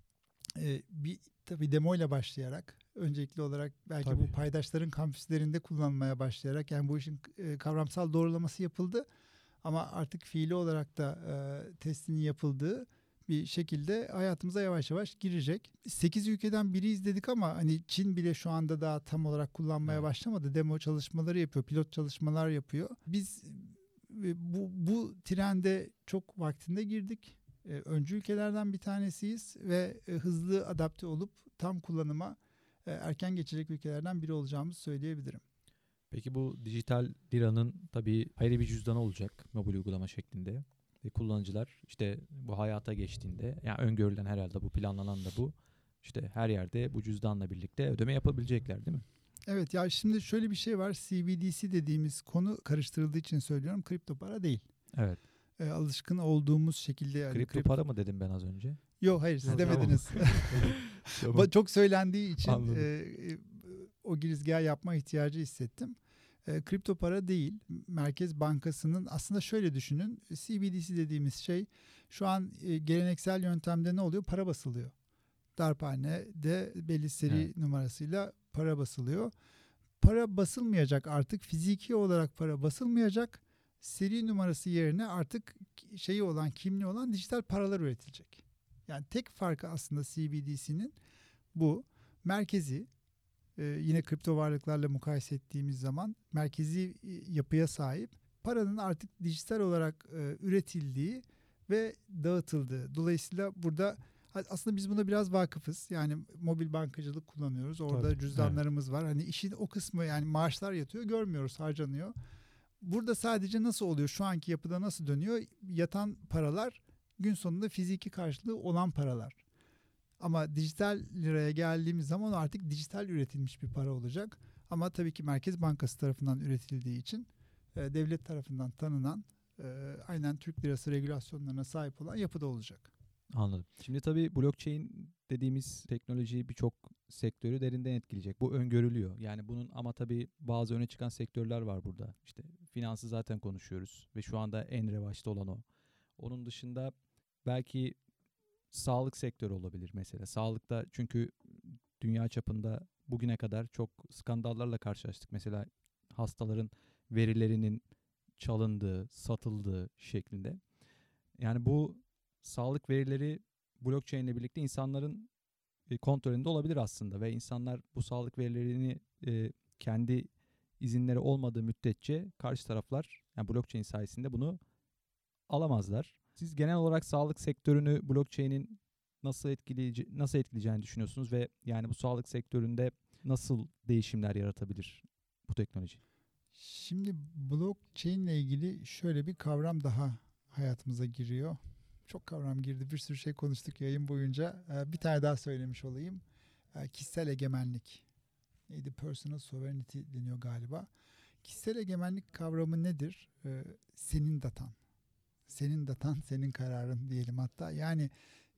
bir tabii demo ile başlayarak öncelikli olarak belki Tabii. bu paydaşların kampüslerinde kullanılmaya başlayarak yani bu işin kavramsal doğrulaması yapıldı ama artık fiili olarak da testinin yapıldığı bir şekilde hayatımıza yavaş yavaş girecek. 8 ülkeden biri izledik ama hani Çin bile şu anda daha tam olarak kullanmaya başlamadı. Demo çalışmaları yapıyor, pilot çalışmalar yapıyor. Biz bu trende çok vaktinde girdik. Öncü ülkelerden bir tanesiyiz ve hızlı adapte olup tam kullanıma erken geçecek ülkelerden biri olacağımızı söyleyebilirim. Peki bu dijital liranın tabii ayrı bir cüzdanı olacak mobil uygulama şeklinde. Ve kullanıcılar işte bu hayata geçtiğinde, yani öngörülen herhalde bu, planlanan da bu. İşte her yerde bu cüzdanla birlikte ödeme yapabilecekler değil mi? Evet ya şimdi şöyle bir şey var. CBDC dediğimiz konu karıştırıldığı için söylüyorum. Kripto para değil. Evet. Alışkın olduğumuz şekilde yani Kripto para mı dedim ben az önce? Yok hayır siz Yok, demediniz. Tamam. Çok söylendiği için Anladım. o girizgahı yapma ihtiyacı hissettim. Kripto para değil. Merkez Bankası'nın aslında şöyle düşünün. CBDC dediğimiz şey şu an geleneksel yöntemde ne oluyor? Para basılıyor. Darphane'de belli seri numarasıyla para basılıyor. Para basılmayacak artık. Fiziki olarak para basılmayacak. Seri numarası yerine artık şeyi olan, kimliği olan dijital paralar üretilecek. Yani tek farkı aslında CBDC'nin bu. Merkezi yine kripto varlıklarla mukayese ettiğimiz zaman merkezi yapıya sahip. Paranın artık dijital olarak üretildiği ve dağıtıldığı. Dolayısıyla burada aslında biz buna biraz vakıfız. Yani mobil bankacılık kullanıyoruz. Orada Tabii, cüzdanlarımız var. Hani işin o kısmı yani maaşlar yatıyor, görmüyoruz, harcanıyor. Burada sadece nasıl oluyor? Şu anki yapıda nasıl dönüyor? Yatan paralar gün sonunda fiziki karşılığı olan paralar. Ama dijital liraya geldiğimiz zaman artık dijital üretilmiş bir para olacak. Ama tabii ki Merkez Bankası tarafından üretildiği için devlet tarafından tanınan aynen Türk lirası regülasyonlarına sahip olan yapıda olacak. Anladım. Şimdi tabii blockchain dediğimiz teknoloji birçok sektörü derinden etkileyecek. Bu öngörülüyor. Yani bunun ama tabii bazı öne çıkan sektörler var burada. İşte finansı zaten konuşuyoruz ve şu anda en revaçta olan o. Onun dışında belki sağlık sektörü olabilir mesela. Sağlıkta çünkü dünya çapında bugüne kadar çok skandallarla karşılaştık. Mesela hastaların verilerinin çalındığı, satıldığı şeklinde. Yani bu sağlık verileri blockchain ile birlikte insanların kontrolünde olabilir aslında ve insanlar bu sağlık verilerini kendi izinleri olmadığı müddetçe karşı taraflar yani blockchain sayesinde bunu alamazlar. Siz genel olarak sağlık sektörünü blockchain'in nasıl etkileyeceğini düşünüyorsunuz ve yani bu sağlık sektöründe nasıl değişimler yaratabilir bu teknoloji? Şimdi blockchain ile ilgili şöyle bir kavram daha hayatımıza giriyor. Çok kavram girdi. Bir sürü şey konuştuk yayın boyunca. Bir tane daha söylemiş olayım. Kişisel egemenlik. Neydi? Personal sovereignty deniyor galiba. Kişisel egemenlik kavramı nedir? Senin datan. Senin datan, senin kararın diyelim hatta. Yani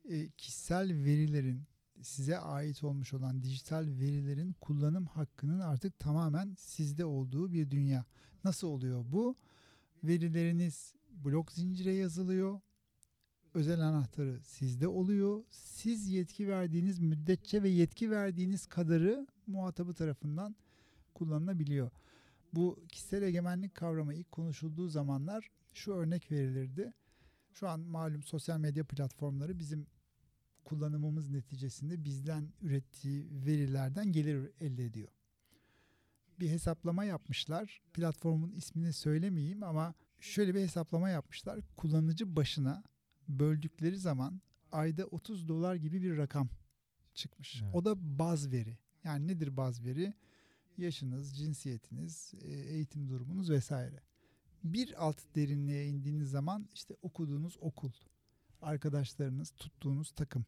kişisel verilerin, size ait olmuş olan dijital verilerin kullanım hakkının artık tamamen sizde olduğu bir dünya. Nasıl oluyor bu? Verileriniz blok zincire yazılıyor. Özel anahtarı sizde oluyor. Siz yetki verdiğiniz müddetçe ve yetki verdiğiniz kadarı muhatabı tarafından kullanılabiliyor. Bu kişisel egemenlik kavramı ilk konuşulduğu zamanlar şu örnek verilirdi. Şu an malum sosyal medya platformları bizim kullanımımız neticesinde bizden ürettiği verilerden gelir elde ediyor. Bir hesaplama yapmışlar. Platformun ismini söylemeyeyim ama şöyle bir hesaplama yapmışlar. Kullanıcı başına böldükleri zaman ayda $30 gibi bir rakam çıkmış. Evet. O da baz veri. Yani nedir baz veri? Yaşınız, cinsiyetiniz, eğitim durumunuz vesaire. Bir alt derinliğe indiğiniz zaman işte okuduğunuz okul, arkadaşlarınız, tuttuğunuz takım.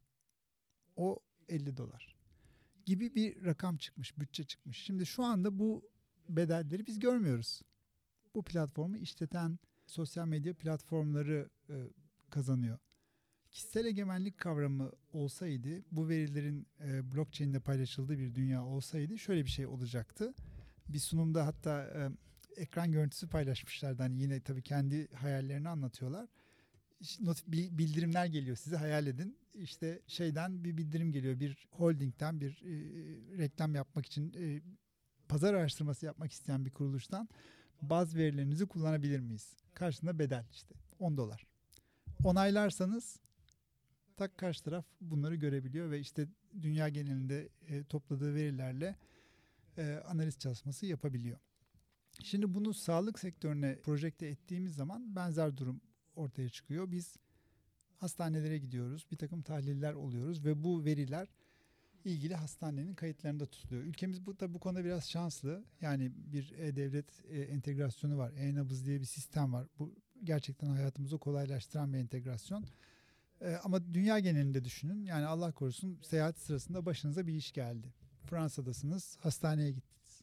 O $50 gibi bir rakam çıkmış, bütçe çıkmış. Şimdi şu anda bu bedelleri biz görmüyoruz. Bu platformu işleten sosyal medya platformları kazanıyor. kişisel egemenlik kavramı olsaydı, bu verilerin blockchain'de paylaşıldığı bir dünya olsaydı şöyle bir şey olacaktı. Bir sunumda hatta ekran görüntüsü paylaşmışlardı. Hani yine tabii kendi hayallerini anlatıyorlar. İşte bildirimler geliyor, size hayal edin. İşte şeyden bir bildirim geliyor, bir holdingden bir reklam yapmak için pazar araştırması yapmak isteyen bir kuruluştan bazı verilerinizi kullanabilir miyiz? Karşında bedel işte $10. Onaylarsanız tak karşı taraf bunları görebiliyor ve işte dünya genelinde topladığı verilerle analiz çalışması yapabiliyor. Şimdi bunu sağlık sektörüne projekte ettiğimiz zaman benzer durum ortaya çıkıyor. Biz hastanelere gidiyoruz, bir takım tahliller oluyoruz ve bu veriler ilgili hastanenin kayıtlarında tutuluyor. Ülkemiz bu konuda biraz şanslı. Yani bir e-devlet entegrasyonu var. E-nabız diye bir sistem var. Bu gerçekten hayatımızı kolaylaştıran bir entegrasyon. Ama dünya genelinde düşünün. Yani Allah korusun seyahat sırasında başınıza bir iş geldi. Fransa'dasınız, hastaneye gittiniz.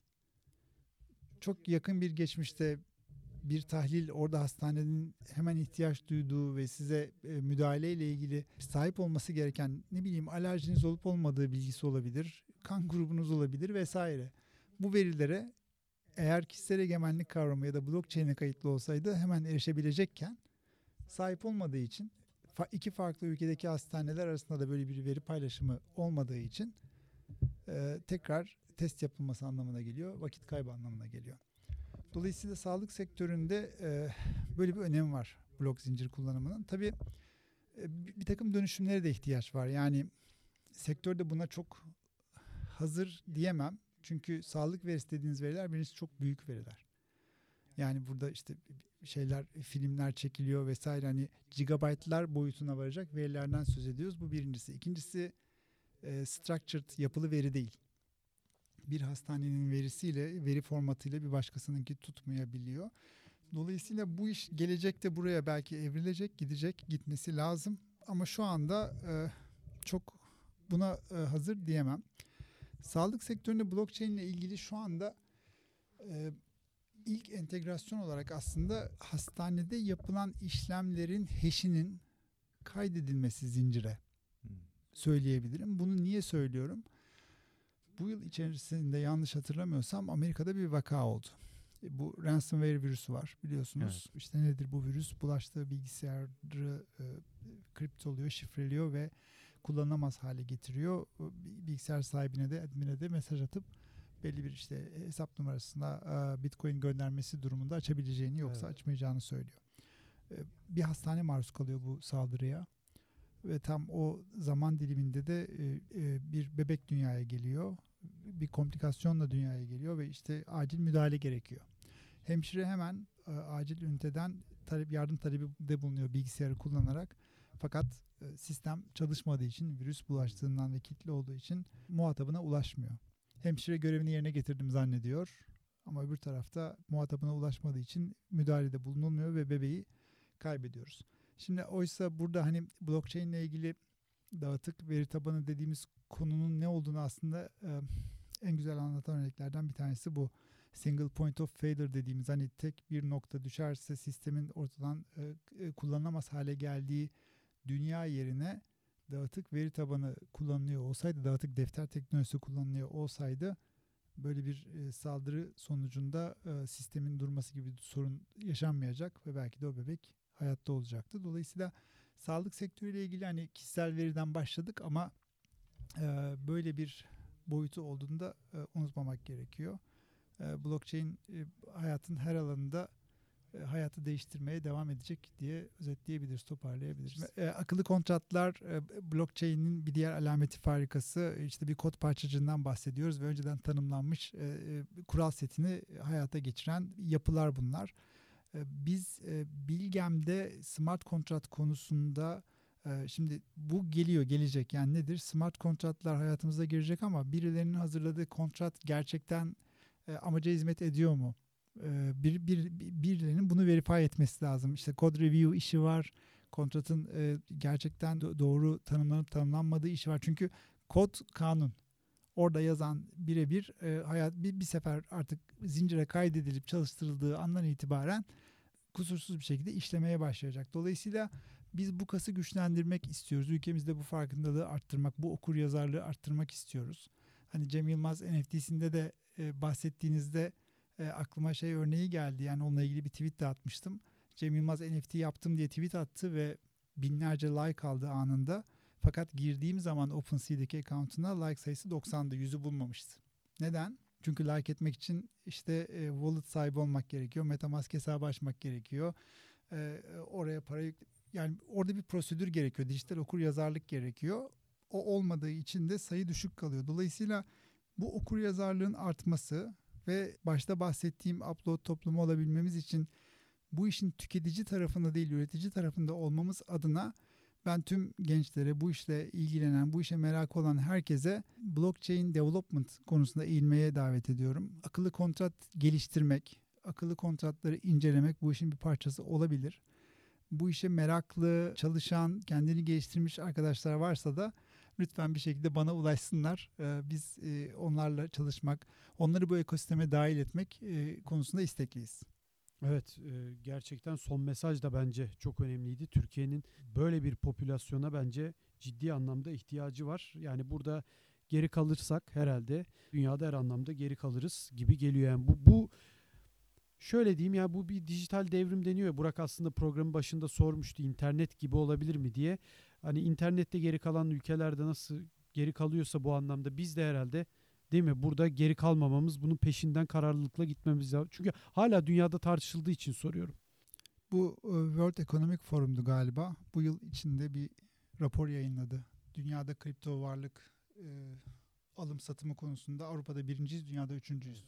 Çok yakın bir geçmişte bir tahlil orada hastanenin hemen ihtiyaç duyduğu ve size müdahaleyle ilgili sahip olması gereken ne bileyim alerjiniz olup olmadığı bilgisi olabilir, kan grubunuz olabilir vesaire. Bu verilere eğer kişisel egemenlik kavramı ya da blockchain'e kayıtlı olsaydı hemen erişebilecekken sahip olmadığı için iki farklı ülkedeki hastaneler arasında da böyle bir veri paylaşımı olmadığı için tekrar test yapılması anlamına geliyor, vakit kaybı anlamına geliyor. Dolayısıyla sağlık sektöründe böyle bir önemi var blok zincir kullanımının. Tabii bir takım dönüşümlere de ihtiyaç var. Yani sektörde buna çok hazır diyemem. Çünkü sağlık verisi dediğiniz veriler birincisi çok büyük veriler. Yani burada işte şeyler, filmler çekiliyor vesaire, hani gigabaytlar boyutuna varacak verilerden söz ediyoruz. Bu birincisi. İkincisi structured, yapılı veri değil. Bir hastanenin verisiyle, veri formatıyla bir başkasınınki tutmayabiliyor. Dolayısıyla bu iş gelecekte buraya belki evrilecek, gidecek, gitmesi lazım. Ama şu anda çok buna hazır diyemem. Sağlık sektöründe blockchain ile ilgili şu anda ilk entegrasyon olarak aslında hastanede yapılan işlemlerin hash'inin kaydedilmesi zincire söyleyebilirim. Bunu niye söylüyorum? Bu yıl içerisinde yanlış hatırlamıyorsam Amerika'da bir vaka oldu. Bu ransomware virüsü var biliyorsunuz. Evet. İşte nedir bu virüs? Bulaştığı bilgisayarı kriptoluyor, şifreliyor ve kullanılamaz hale getiriyor. Bilgisayar sahibine de, admine de mesaj atıp belli bir işte hesap numarasına Bitcoin göndermesi durumunda açabileceğini, yoksa evet, açmayacağını söylüyor. Bir hastane maruz kalıyor bu saldırıya. Ve tam o zaman diliminde de bir bebek dünyaya geliyor. Bir komplikasyonla dünyaya geliyor ve işte acil müdahale gerekiyor. Hemşire hemen acil üniteden yardım talebinde bulunuyor bilgisayarı kullanarak. Fakat sistem çalışmadığı için, virüs bulaştığından ve kilitli olduğu için muhatabına ulaşmıyor. Hemşire görevini yerine getirdim zannediyor. Ama öbür tarafta muhatabına ulaşmadığı için müdahalede bulunulmuyor ve bebeği kaybediyoruz. Şimdi oysa burada hani blockchain ile ilgili dağıtık veri tabanı dediğimiz konunun ne olduğunu aslında en güzel anlatan örneklerden bir tanesi bu. Single point of failure dediğimiz, hani tek bir nokta düşerse sistemin ortadan kullanılamaz hale geldiği dünya yerine dağıtık veri tabanı kullanılıyor olsaydı, dağıtık defter teknolojisi kullanılıyor olsaydı böyle bir saldırı sonucunda sistemin durması gibi bir sorun yaşanmayacak ve belki de o bebek hayatta olacaktı. Dolayısıyla sağlık sektörüyle ilgili hani kişisel veriden başladık ama böyle bir boyutu olduğunda unutmamak gerekiyor. Blockchain hayatın her alanında hayatı değiştirmeye devam edecek diye özetleyebiliriz, toparlayabiliriz. Akıllı kontratlar blockchain'in bir diğer alameti farikası. İşte bir kod parçacığından bahsediyoruz ve önceden tanımlanmış kural setini hayata geçiren yapılar bunlar. Biz Bilgem'de smart kontrat konusunda şimdi bu gelecek. Yani nedir? Smart kontratlar hayatımıza girecek ama birilerinin hazırladığı kontrat gerçekten amaca hizmet ediyor mu? Birilerinin bunu verify etmesi lazım. İşte code review işi var. Kontratın gerçekten doğru tanımlanıp tanımlanmadığı işi var. Çünkü kod kanun. Orada yazan birebir hayat bir sefer artık zincire kaydedilip çalıştırıldığı andan itibaren kusursuz bir şekilde işlemeye başlayacak. Dolayısıyla Biz bu kası güçlendirmek istiyoruz. Ülkemizde bu farkındalığı arttırmak, bu okuryazarlığı arttırmak istiyoruz. Hani Cem Yılmaz NFT'sinde de bahsettiğinizde aklıma şey örneği geldi. Yani onunla ilgili bir tweet de atmıştım. Cem Yılmaz NFT yaptım diye tweet attı ve binlerce like aldı anında. Fakat girdiğim zaman OpenSea'deki account'una like sayısı 90'dı. 100'ü bulmamıştı. Neden? Çünkü like etmek için işte wallet sahibi olmak gerekiyor. MetaMask hesabı açmak gerekiyor. Oraya parayı, yani orada bir prosedür gerekiyor. Dijital okuryazarlık gerekiyor. O olmadığı için de sayı düşük kalıyor. Dolayısıyla bu okuryazarlığın artması ve başta bahsettiğim upload toplumu olabilmemiz için bu işin tüketici tarafında değil, üretici tarafında olmamız adına ben tüm gençlere, bu işle ilgilenen, bu işe merak olan herkese blockchain development konusunda eğilmeye davet ediyorum. Akıllı kontrat geliştirmek, akıllı kontratları incelemek bu işin bir parçası olabilir. Bu işe meraklı, çalışan, kendini geliştirmiş arkadaşlar varsa da lütfen bir şekilde bana ulaşsınlar. Biz onlarla çalışmak, onları bu ekosisteme dahil etmek konusunda istekliyiz. Evet, gerçekten son mesaj da bence çok önemliydi. Türkiye'nin böyle bir popülasyona bence ciddi anlamda ihtiyacı var. Yani burada geri kalırsak herhalde dünyada her anlamda geri kalırız gibi geliyor. Yani bu şöyle diyeyim ya, bu bir dijital devrim deniyor. Burak aslında programın başında sormuştu, internet gibi olabilir mi diye. Hani internette geri kalan ülkelerde nasıl geri kalıyorsa bu anlamda biz de herhalde, değil mi? Burada geri kalmamamız, bunun peşinden kararlılıkla gitmemiz lazım. Çünkü hala dünyada tartışıldığı için soruyorum. Bu World Economic Forum'du galiba. Bu yıl içinde bir rapor yayınladı. Dünyada kripto varlık alım satımı konusunda Avrupa'da birinciyiz, dünyada üçüncüyüz.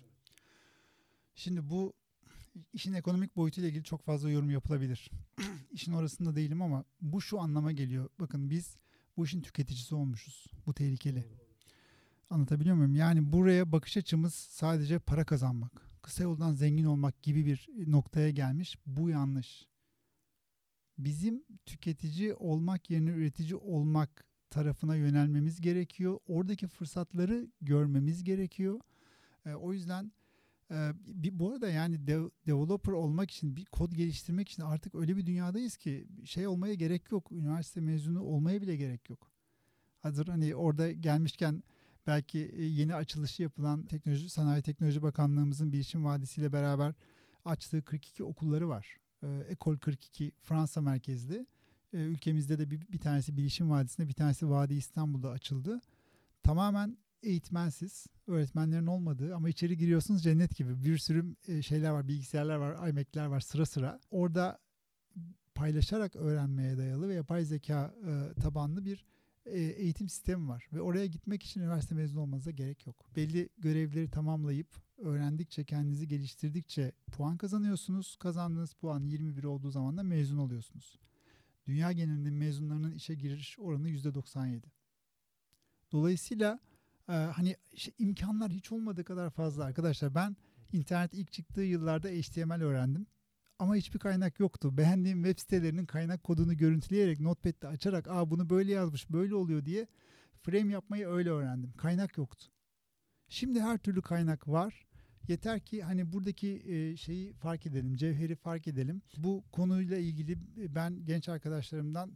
Şimdi bu işin ekonomik boyutuyla ilgili çok fazla yorum yapılabilir. İşin orasında değilim ama bu şu anlama geliyor. Bakın biz bu işin tüketicisi olmuşuz. Bu tehlikeli. Anlatabiliyor muyum? Yani buraya bakış açımız sadece para kazanmak, kısa yoldan zengin olmak gibi bir noktaya gelmiş. Bu yanlış. Bizim tüketici olmak yerine üretici olmak tarafına yönelmemiz gerekiyor. Oradaki fırsatları görmemiz gerekiyor. O yüzden bu arada yani developer olmak için, bir kod geliştirmek için artık öyle bir dünyadayız ki şey olmaya gerek yok. Üniversite mezunu olmaya bile gerek yok. Hazır hani orada gelmişken belki yeni açılışı yapılan Sanayi Teknoloji Bakanlığımızın Bilişim Vadisi ile beraber açtığı 42 okulları var. Ekol 42 Fransa merkezli. Ülkemizde de bir tanesi Bilişim Vadisi'nde, bir tanesi Vadi İstanbul'da açıldı. Tamamen eğitmensiz, öğretmenlerin olmadığı ama içeri giriyorsunuz cennet gibi. Bir sürü şeyler var, bilgisayarlar var, iMac'ler var sıra sıra. Orada paylaşarak öğrenmeye dayalı ve yapay zeka tabanlı bir eğitim sistemi var. Ve oraya gitmek için üniversite mezunu olmanıza gerek yok. Belli görevleri tamamlayıp öğrendikçe, kendinizi geliştirdikçe puan kazanıyorsunuz. Kazandığınız puan 21 olduğu zaman da mezun oluyorsunuz. Dünya genelinde mezunlarının işe giriş oranı %97. Dolayısıyla hani imkanlar hiç olmadığı kadar fazla arkadaşlar. Ben internet ilk çıktığı yıllarda HTML öğrendim. Ama hiçbir kaynak yoktu. Beğendiğim web sitelerinin kaynak kodunu görüntüleyerek, Notepad'de açarak bunu böyle yazmış, böyle oluyor diye frame yapmayı öyle öğrendim. Kaynak yoktu. Şimdi her türlü kaynak var. Yeter ki hani buradaki şeyi fark edelim, cevheri fark edelim. Bu konuyla ilgili ben genç arkadaşlarımdan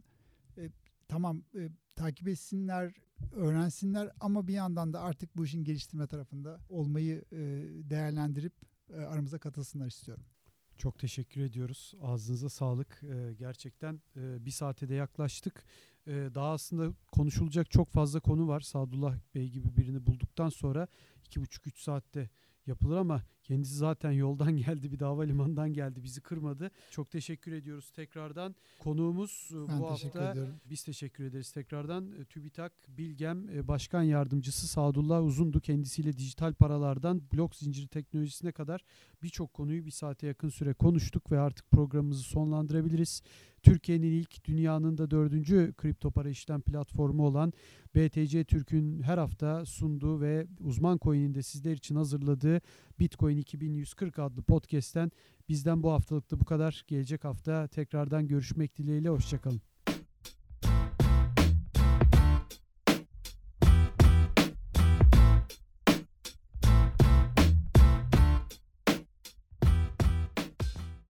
tamam takip etsinler, öğrensinler ama bir yandan da artık bu işin geliştirme tarafında olmayı değerlendirip aramıza katılsınlar istiyorum. Çok teşekkür ediyoruz. Ağzınıza sağlık. Gerçekten bir saate de yaklaştık. Daha aslında konuşulacak çok fazla konu var. Sadullah Bey gibi birini bulduktan sonra 2,5-3 saatte yapılır ama kendisi zaten yoldan geldi, bir de havalimanından geldi, bizi kırmadı. Çok teşekkür ediyoruz tekrardan. Konuğumuz bu hafta, biz teşekkür ederiz tekrardan. TÜBİTAK Bilgem Başkan Yardımcısı Sadullah Uzundu. Kendisiyle dijital paralardan blok zinciri teknolojisine kadar birçok konuyu bir saate yakın süre konuştuk ve artık programımızı sonlandırabiliriz. Türkiye'nin ilk, dünyanın da 4. kripto para işlem platformu olan BTC Türk'ün her hafta sunduğu ve Uzman Coin'in de sizler için hazırladığı Bitcoin 2140 adlı podcast'ten bizden bu haftalık da bu kadar. Gelecek hafta tekrardan görüşmek dileğiyle. Hoşçakalın.